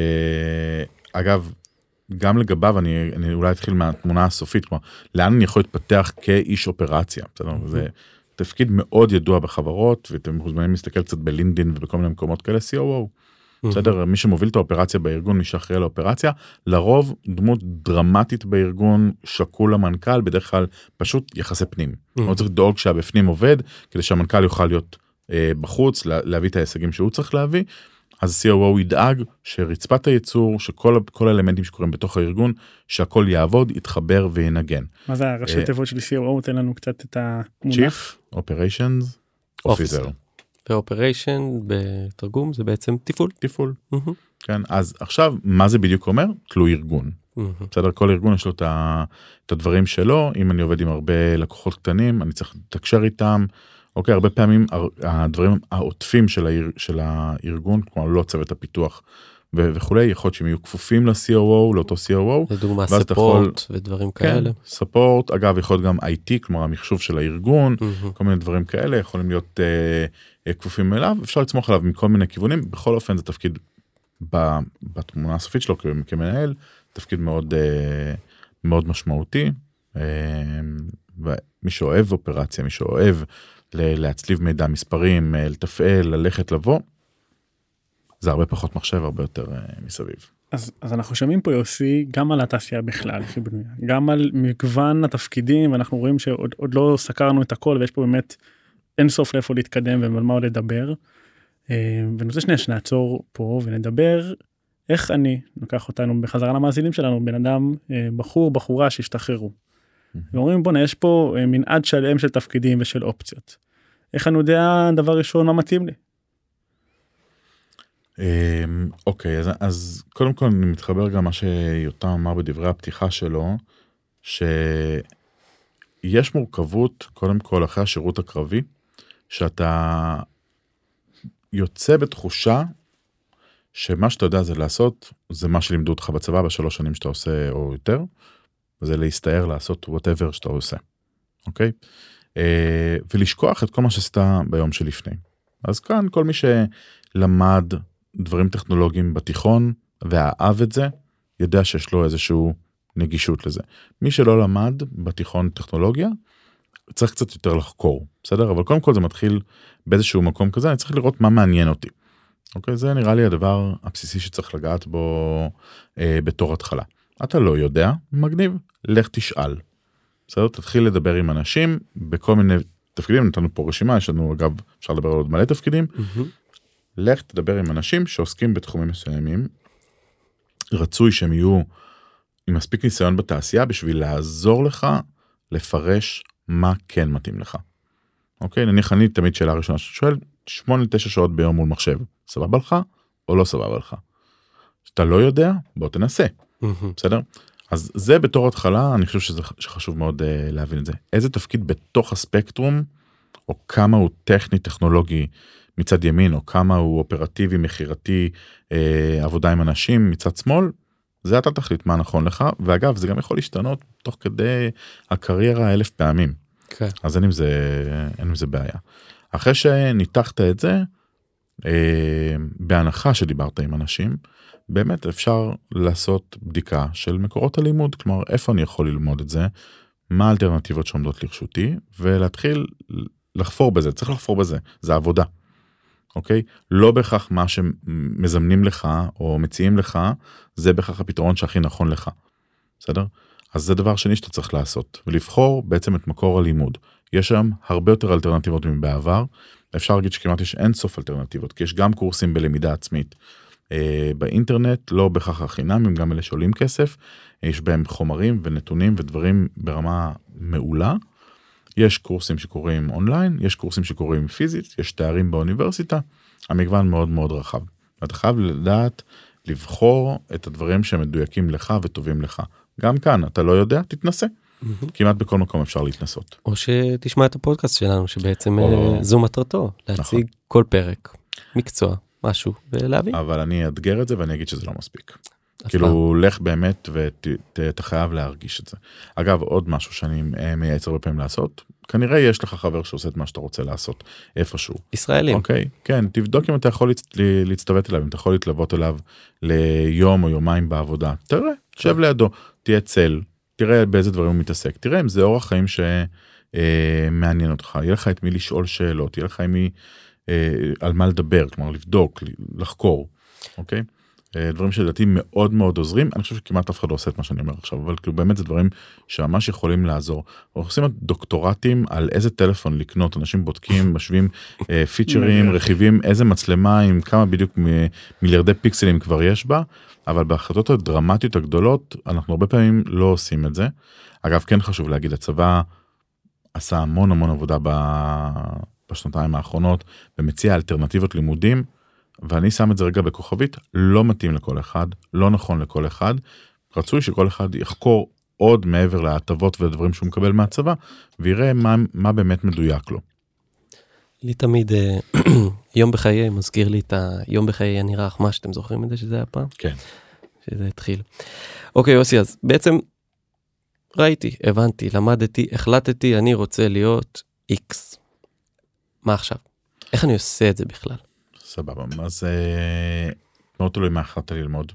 אגב, גם לגביו, אני אולי אתחיל מהתמונה הסופית, כלומר, לאן אני יכול להתפתח כאיש אופרציה, בסדר? זה תפקיד מאוד ידוע בחברות, ואתם מוזמנים להסתכל קצת בלינקדין ובכל מיני מקומות כאלה, COO, בסדר? מי שמוביל את האופרציה בארגון, מי שאחראי לאופרציה, לרוב דמות דרמטית בארגון, שקול למנכ"ל, בדרך כלל פשוט יחסי פנים. לא צריך לדאוג שהבפנים עובד, כדי שהמנכ"ל יוכל להיות בחוץ, להביא את ההישגים שהוא צריך להביא, אז COO ידאג שרצפת הייצור, שכל האלמנטים שקורים בתוך הארגון, שהכל יעבוד, יתחבר וינגן. מה זה הראשי תיבות של COO? תן לנו קצת את המונח. Chief Operations Officer. ו-Operation בתרגום זה בעצם תפעול. תפעול. כן, אז עכשיו, מה זה בדיוק אומר? תלוי ארגון. בסדר, כל ארגון יש לו את הדברים שלו, אם אני עובד עם הרבה לקוחות קטנים, אני צריך לתקשר איתם, אוקיי, הרבה פעמים הדברים העוטפים של הארגון, כלומר לא צוות הפיתוח וכולי, יכול להיות שהם יהיו כפופים ל-COO, לאותו COO. לדוגמה ספורט ודברים כאלה. כן, ספורט, אגב יכול להיות גם IT, כלומר המחשוב של הארגון, כל מיני דברים כאלה, יכולים להיות כפופים אליו, אפשר לצמוח עליו מכל מיני כיוונים, בכל אופן זה תפקיד בתמונה הסופית שלו כמנהל, תפקיד מאוד, מאוד משמעותי, ומי שאוהב אופרציה, מי שאוהב להצליב מידע, מספרים, לתפעל, ללכת, לבוא, זה הרבה פחות מחשב, הרבה יותר מסביב. אז אנחנו שומעים פה יוסי, גם על התעשייה בכלל, גם על מגוון התפקידים, ואנחנו רואים שעוד לא סקרנו את הכל, ויש פה באמת אין סוף לאיפה להתקדם ועל מה עוד לדבר. ואני רוצה שנעצור פה ונדבר איך אני, ניקח אותנו בחזרה למאזינים שלנו, בן אדם, בחורה שהשתחררו. ואומרים בוא, יש פה מנעד שלם של תפקידים ושל אופציות. איך אני יודע דבר ראשון מה מתאים לי? אוקיי, אז קודם כל אני מתחבר גם מה שיותם אמר בדברי הפתיחה שלו, שיש מורכבות קודם כל אחרי השירות הקרבי, שאתה יוצא בתחושה שמה שאתה יודע זה לעשות, זה מה שלימדו אותך בצבא ב3 שנים שאתה עושה או יותר, וזה להסתער לעשות whatever שאתה עושה, אוקיי? ולשכוח את כל מה שעשית ביום שלפני. אז כאן כל מי שלמד דברים טכנולוגיים בתיכון, ואהב את זה, יודע שיש לו איזשהו נגישות לזה. מי שלא למד בתיכון טכנולוגיה, צריך קצת יותר לחקור, בסדר? אבל קודם כל זה מתחיל באיזשהו מקום כזה, אני צריך לראות מה מעניין אותי. אוקיי? זה נראה לי הדבר הבסיסי שצריך לגעת בו בתור התחלה. אתה לא יודע, מגניב, לך תשאל. בסדר? תתחיל לדבר עם אנשים בכל מיני תפקידים, נתנו פה רשימה, יש לנו אגב, אפשר לדבר על עוד מלא תפקידים. לך תדבר עם אנשים שעוסקים בתחומים מסוימים, רצוי שהם יהיו עם מספיק ניסיון בתעשייה, בשביל לעזור לך לפרש מה כן מתאים לך. אוקיי? נניח אני תמיד שאלה ראשונה, שואל 8-9 שעות ביום מול מחשב, סבבה לך או לא סבבה לך? שאתה לא יודע, בוא תנסה. בסדר? אז זה בתור התחלה, אני חושב שחשוב מאוד להבין את זה. איזה תפקיד בתוך הספקטרום או כמה הוא טכני טכנולוגי מצד ימין, או כמה הוא אופרטיבי, מחירתי, עבודה עם אנשים מצד שמאל, זה אתה תחליט מה נכון לך, ואגב, זה גם יכול להשתנות תוך כדי הקריירה 1000 פעמים. כן. אז אין עם זה בעיה. אחרי שניתחת את זה, בהנחה שדיברת עם אנשים, באמת אפשר לעשות בדיקה של מקורות הלימוד, כלומר, איפה אני יכול ללמוד את זה, מה האלטרנטיבות שעומדות לרשותי, ולהתחיל לחפור בזה, צריך לחפור בזה, זה עבודה. אוקיי? לא בהכרח מה שמזמנים לך או מציעים לך, זה בהכרח הפתרון שהכי נכון לך. בסדר? אז זה דבר שני שאתה צריך לעשות, ולבחור בעצם את מקור הלימוד. יש שם הרבה יותר אלטרנטיבות מבעבר, אפשר להגיד שכמעט יש אין סוף אלטרנטיבות, כי יש גם קורסים בלמידה עצמית באינטרנט, לא בהכרח החינמים, גם אלה שעולים כסף, יש בהם חומרים ונתונים ודברים ברמה מעולה, יש קורסים שקוראים אונליין, יש קורסים שקוראים פיזית, יש תארים באוניברסיטה, המגוון מאוד מאוד רחב. אתה חייב לדעת לבחור את הדברים שמדויקים לך וטובים לך. גם כאן, אתה לא יודע, תתנסה. כמעט בכל מקום אפשר להתנסות. או שתשמע את הפודקאסט שלנו, שבעצם זו מטרתו, להציג כל פרק, מקצוע, משהו, ולהבין. אבל אני אתגר את זה ואני אגיד שזה לא מספיק. כאילו, לך באמת ואתה חייב להרגיש את זה. אגב, עוד משהו שאני מייעץ הרבה פעמים לעשות, כנראה יש לך חבר שעושה את מה שאתה רוצה לעשות, איפשהו. ישראלים. אוקיי, כן, תבדוק אם אתה יכול להצטוות אליו, אם אתה יכול להתלוות אליו ליום או יומיים בעבודה. תראה, שב לידו, תהיה צל, תראה באיזה דברים הוא מתעסק, תראה אם זה אורח חיים שמעניין אותך, יהיה לך את מי לשאול שאלות, יהיה לך עם מי על מה לדבר, כלומר לבדוק, לחקור, אוקיי? דברים שלדעתי מאוד מאוד עוזרים, אני חושב שכמעט אף אחד לא עושה את מה שאני אומר עכשיו, אבל כאילו באמת זה דברים שממש יכולים לעזור. אנחנו עושים דוקטורטים על איזה טלפון לקנות, אנשים בודקים, משווים פיצ'רים, רכיבים, איזה מצלמה עם כמה בדיוק מיליארדי פיקסלים כבר יש בה, אבל בהחלטות הדרמטיות הגדולות, אנחנו הרבה פעמים לא עושים את זה. אגב, כן חשוב להגיד, הצבא עשה המון המון עבודה בשנתיים האחרונות, ומציע אלטרנטיבות לימודים, ואני שם את זה רגע בכוכבית, לא מתאים לכל אחד, לא נכון לכל אחד, רצוי שכל אחד יחקור עוד מעבר להטבות והדברים שהוא מקבל מהצבא, ויראה מה באמת מדויק לו. לי תמיד יום בחיי, מזכיר לי את היום בחיי אני רך, מה שאתם זוכרים את זה שזה היה פעם? כן. שזה התחיל. אוקיי יוסי, אז בעצם ראיתי, הבנתי, למדתי, החלטתי, אני רוצה להיות X. מה עכשיו? איך אני עושה את זה בכלל? סבבה, אז מאוד תלוי מה החלטת ללמוד,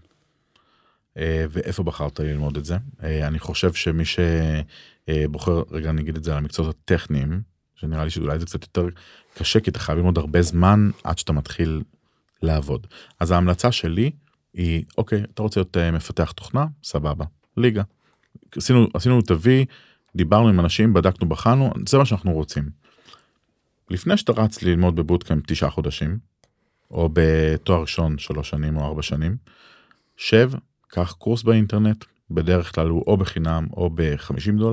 ואיפה בחרת ללמוד את זה. אני חושב שמי שבוחר, רגע אני אגיד את זה על המקצועות הטכניים, שנראה לי שאולי זה קצת יותר קשה, כי אתה חייב ללמוד הרבה זמן עד שאתה מתחיל לעבוד. אז ההמלצה שלי היא, אוקיי, אתה רוצה להיות מפתח תוכנה? סבבה, ליגה. עשינו תווי, דיברנו עם אנשים, בדקנו, בחנו, זה מה שאנחנו רוצים. לפני שאתה רץ ללמוד בבוטקאמפ 9 חודשים, או בתואר ראשון 3 שנים או 4 שנים, שב, קח קורס באינטרנט, בדרך כלל הוא או בחינם או $50,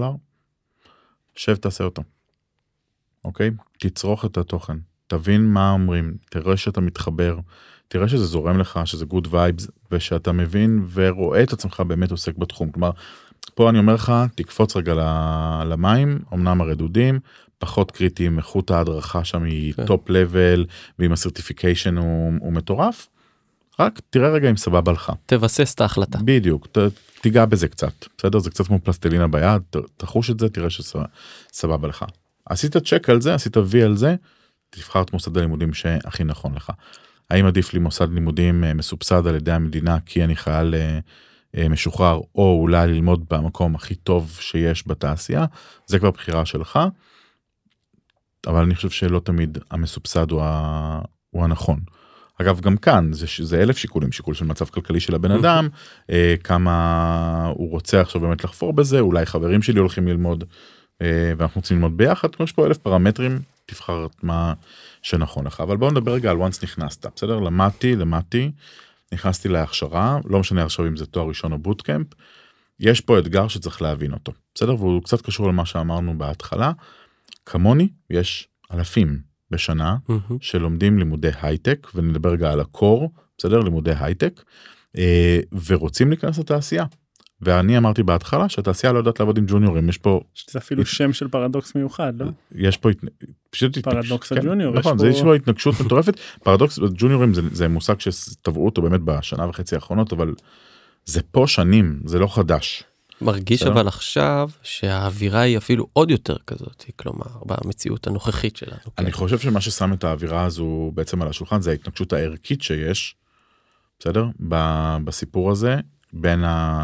שב תעשה אותו. אוקיי? תצרוך את התוכן, תבין מה אומרים, תראה שאתה מתחבר, תראה שזה זורם לך, שזה good vibes, ושאתה מבין ורואה את עצמך באמת עוסק בתחום. כלומר, פה אני אומר לך, תקפוץ רגע למים, אמנם הרדודים, פחות קריטיים, איכות ההדרכה שם היא טופ לבל, ועם הסרטיפיקיישן הוא מטורף, רק תראה רגע אם סבבה לך. תבסס את ההחלטה. בדיוק, תיגע בזה קצת, בסדר? זה קצת כמו פלסטלינה ביד, תחוש את זה, תראה שסבבה לך. עשית צ'ק על זה, עשית וי על זה, תבחר את מוסד הלימודים שהכי נכון לך. האם עדיף לי מוסד לימודים מסובסד על ידי המדינה, כי אני חייל משוחרר, או אולי ללמוד במקום הכי טוב שיש בתעשייה, זה כבר בחירה שלך, אבל אני חושב שלא תמיד המסובסד הוא הנכון. אגב, גם כאן, זה 1000 שיקולים, שיקול של מצב כלכלי של הבן אדם, כמה הוא רוצה עכשיו באמת לחפור בזה, אולי חברים שלי הולכים ללמוד, ואנחנו רוצים ללמוד ביחד, כמו יש פה 1000 פרמטרים, תבחר את מה שנכון לך. אבל בואו נדבר רגע על once נכנסת, בסדר? למדתי, נכנסתי להכשרה, לא משנה עכשיו אם זה תואר ראשון או בוטקאמפ, יש פה אתגר שצריך להבין אותו, בסדר? והוא קצת קשור למה שאמרנו בהתחלה, כמוני יש אלפים בשנה שלומדים לימודי הייטק, ונדבר רגע על הקור, בסדר? לימודי הייטק, ורוצים להיכנס לתעשייה. ואני אמרתי בהתחלה שהתעשייה לא יודעת לעבוד עם ג'וניורים, יש פה... זה אפילו שם של פרדוקס מיוחד, לא? יש פה... פרדוקס הג'וניור. נכון, יש פה התנגשות מטורפת. פרדוקס ג'וניורים זה מושג שטבעו אותו באמת בשנה וחצי האחרונות, אבל זה פה שנים, זה לא חדש. מרגיש אבל עכשיו שהאווירה היא אפילו עוד יותר כזאת, כלומר, במציאות הנוכחית שלנו. אני חושב שמה ששם את האווירה הזו בעצם על השולחן, זה ההתנגשות הערכית שיש, בסדר? בסיפור הזה, בין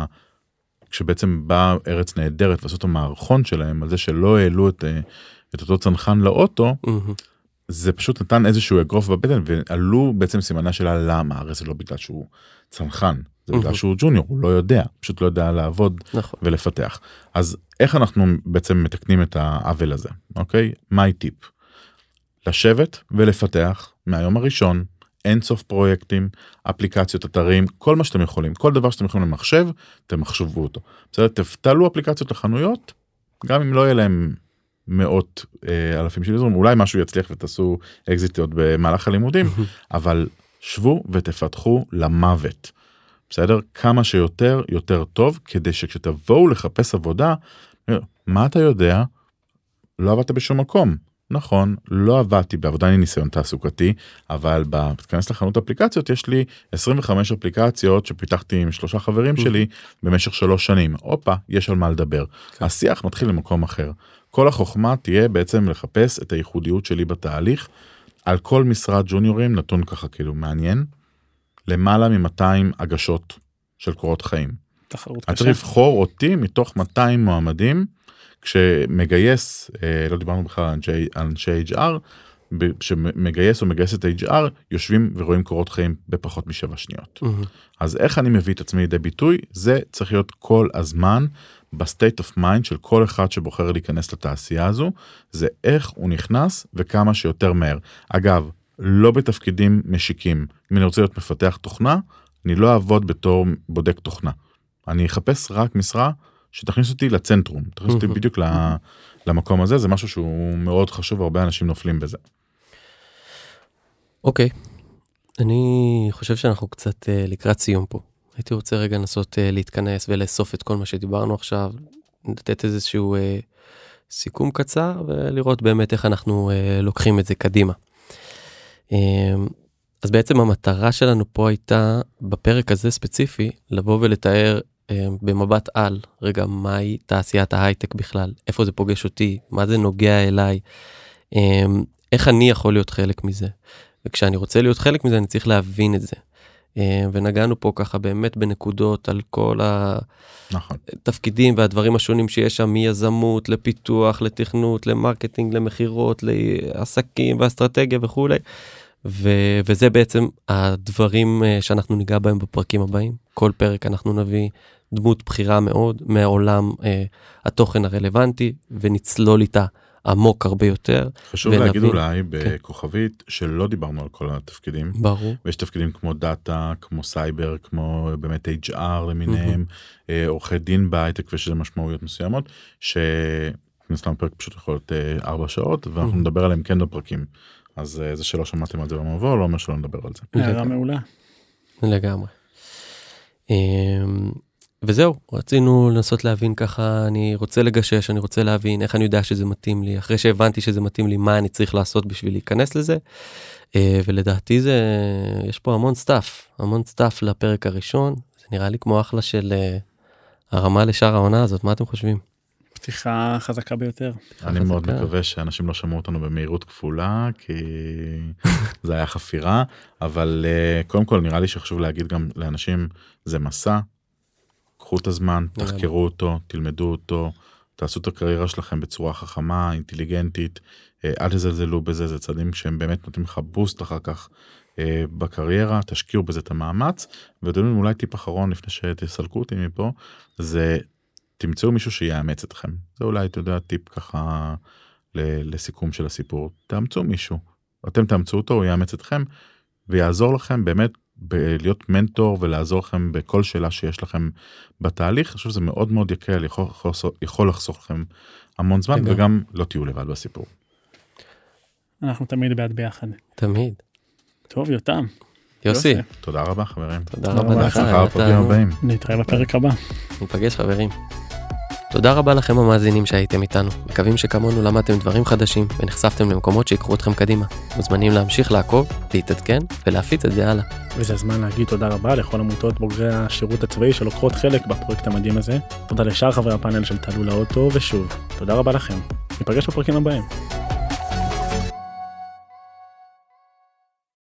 כשבעצם באה ארץ נהדרת ועשו את המערכון שלהם, על זה שלא העלו את אותו צנחן לאוטו, זה פשוט נתן איזשהו אגרוף בבטן, ועלו בעצם סימנה שלה למה, הרי זה לא בגלל שהוא צנחן, זה בגלל שהוא ג'וניור, הוא לא יודע, פשוט לא יודע לעבוד ולפתח. אז איך אנחנו בעצם מתקנים את העוול הזה, אוקיי? מה טיפ? לשבת ולפתח מהיום הראשון, אין סוף פרויקטים, אפליקציות, אתרים, כל מה שאתם יכולים, כל דבר שאתם יכולים למחשב, אתם מחשבו אותו. בסדר, תפתלו אפליקציות לחנויות, גם אם לא יהיה להם מאות אלפים של יוזרים, אולי משהו יצליח ותעשו אקזיטיות במהלך הלימודים, אבל שבו ותפתחו למוות. בסדר? כמה שיותר, יותר טוב, כדי שכשתבואו לחפש עבודה, מה אתה יודע? לא עבדת בשום מקום. נכון, לא עבדתי בעבודה, אין לי ניסיון תעסוקתי, אבל בתכנס לחנות אפליקציות, יש לי 25 אפליקציות שפיתחתי עם 3 חברים שלי במשך 3 שנים. אופה, יש על מה לדבר. השיח מתחיל למקום אחר. כל החוכמה תהיה בעצם לחפש את הייחודיות שלי בתהליך, על כל משרד ג'וניורים, נתון ככה כאילו מעניין, למעלה מ-200 הגשות של קורות חיים. תחרות קשה. צריך לבחור אותי מתוך 200 מועמדים, כשמגייס, לא דיברנו בכלל על אנשי HR, שמגייס או מגייסת HR, יושבים ורואים קורות חיים בפחות מ7 שניות. אז איך אני מביא את עצמי לידי ביטוי? זה צריך להיות כל הזמן, בסטייט אוף מיינד של כל אחד שבוחר להיכנס לתעשייה הזו, זה איך הוא נכנס וכמה שיותר מהר. אגב, לא בתפקידים משיקים. אם אני רוצה להיות מפתח תוכנה, אני לא אעבוד בתור בודק תוכנה. אני אחפש רק משרה שתכניס אותי לצנטרום, תכניס אותי בדיוק למקום הזה, זה משהו שהוא מאוד חשוב, והרבה אנשים נופלים בזה. אוקיי, אני חושב שאנחנו קצת לקראת סיום פה. הייתי רוצה רגע לנסות להתכנס ולאסוף את כל מה שדיברנו עכשיו, לתת איזשהו סיכום קצר, ולראות באמת איך אנחנו לוקחים את זה קדימה. אז בעצם המטרה שלנו פה הייתה, בפרק הזה ספציפי, לבוא ולתאר במבט על, רגע, מהי תעשיית ההייטק בכלל, איפה זה פוגש אותי, מה זה נוגע אליי, איך אני יכול להיות חלק מזה. וכשאני רוצה להיות חלק מזה, אני צריך להבין את זה. ונגענו פה ככה באמת בנקודות על כל התפקידים והדברים השונים שיש שם, מיזמות, לפיתוח, לתכנות, למרקטינג, למחירות, לעסקים ואסטרטגיה וכו'. וזה בעצם הדברים שאנחנו ניגע בהם בפרקים הבאים. כל פרק אנחנו נביא דמות בחירה מאוד מהעולם התוכן הרלוונטי, ונצלול איתה עמוק הרבה יותר. חשוב להגיד אולי בכוכבית שלא דיברנו על כל התפקידים. ברור. ויש תפקידים כמו דאטה, כמו סייבר, כמו באמת HR למיניהם, עורכי דין בהייטק ושזה משמעויות מסוימות, שנסתם פרק פשוט יכול להיות 4 שעות, ואנחנו נדבר עליהם כן בפרקים. אז זה שלא שמעתם על זה במבוא, לא אומר שלא נדבר על זה. הערה מעולה. לגמרי. וזהו, רצינו לנסות להבין ככה, אני רוצה לגשש, אני רוצה להבין איך אני יודע שזה מתאים לי, אחרי שהבנתי שזה מתאים לי, מה אני צריך לעשות בשביל להיכנס לזה, ולדעתי יש פה המון סטאפ לפרק הראשון, זה נראה לי כמו אחלה של הרמה לשאר העונה הזאת, מה אתם חושבים? פתיחה חזקה ביותר. אני מאוד מקווה שאנשים לא שמעו אותנו במהירות כפולה, כי זה היה חפירה, אבל קודם כל נראה לי שחשוב להגיד גם לאנשים, זה מסע, קחו את הזמן, תחקרו אותו, תלמדו אותו, תעשו את הקריירה שלכם בצורה חכמה, אינטליגנטית, אל תזלזלו בזה, זה צעדים שהם באמת נותנים לך בוסט אחר כך בקריירה, תשקיעו בזה את המאמץ, ודברים אולי טיפ אחרון לפני שתסלקו אותי מפה, זה תמצאו מישהו שיאמץ אתכם. זה אולי, אתה יודע, טיפ ככה לסיכום של הסיפור. תאמצו מישהו. אתם תאמצו אותו, הוא יאמץ אתכם, ויעזור לכם באמת להיות מנטור, ולעזור לכם בכל שאלה שיש לכם בתהליך. אני חושב שזה מאוד מאוד יקל, יכול לחסוך לכם המון זמן, וגם לא תהיו לבד בסיפור. אנחנו תמיד בעד ביחד. תמיד. טוב, יותם. יוסי. תודה רבה חברים. תודה רבה לך. בהצלחה בפרקים הבאים. נתראה בפרק הבא. ניפגש חברים. תודה רבה לכם המאזינים שהייתם איתנו. מקווים שכמונו למדתם דברים חדשים ונחשפתם למקומות שיקחו אתכם קדימה. מוזמנים להמשיך לעקוב, להתעדכן ולהפיץ את זה הלאה. וזה הזמן להגיד תודה רבה לכל עמותות בוגרי השירות הצבאי שלוקחות חלק בפרויקט המדהים הזה. תודה לשאר חברי הפאנל של תעלו לאוטו, ושוב, תודה רבה לכם. ניפגש בפרקים הבאים.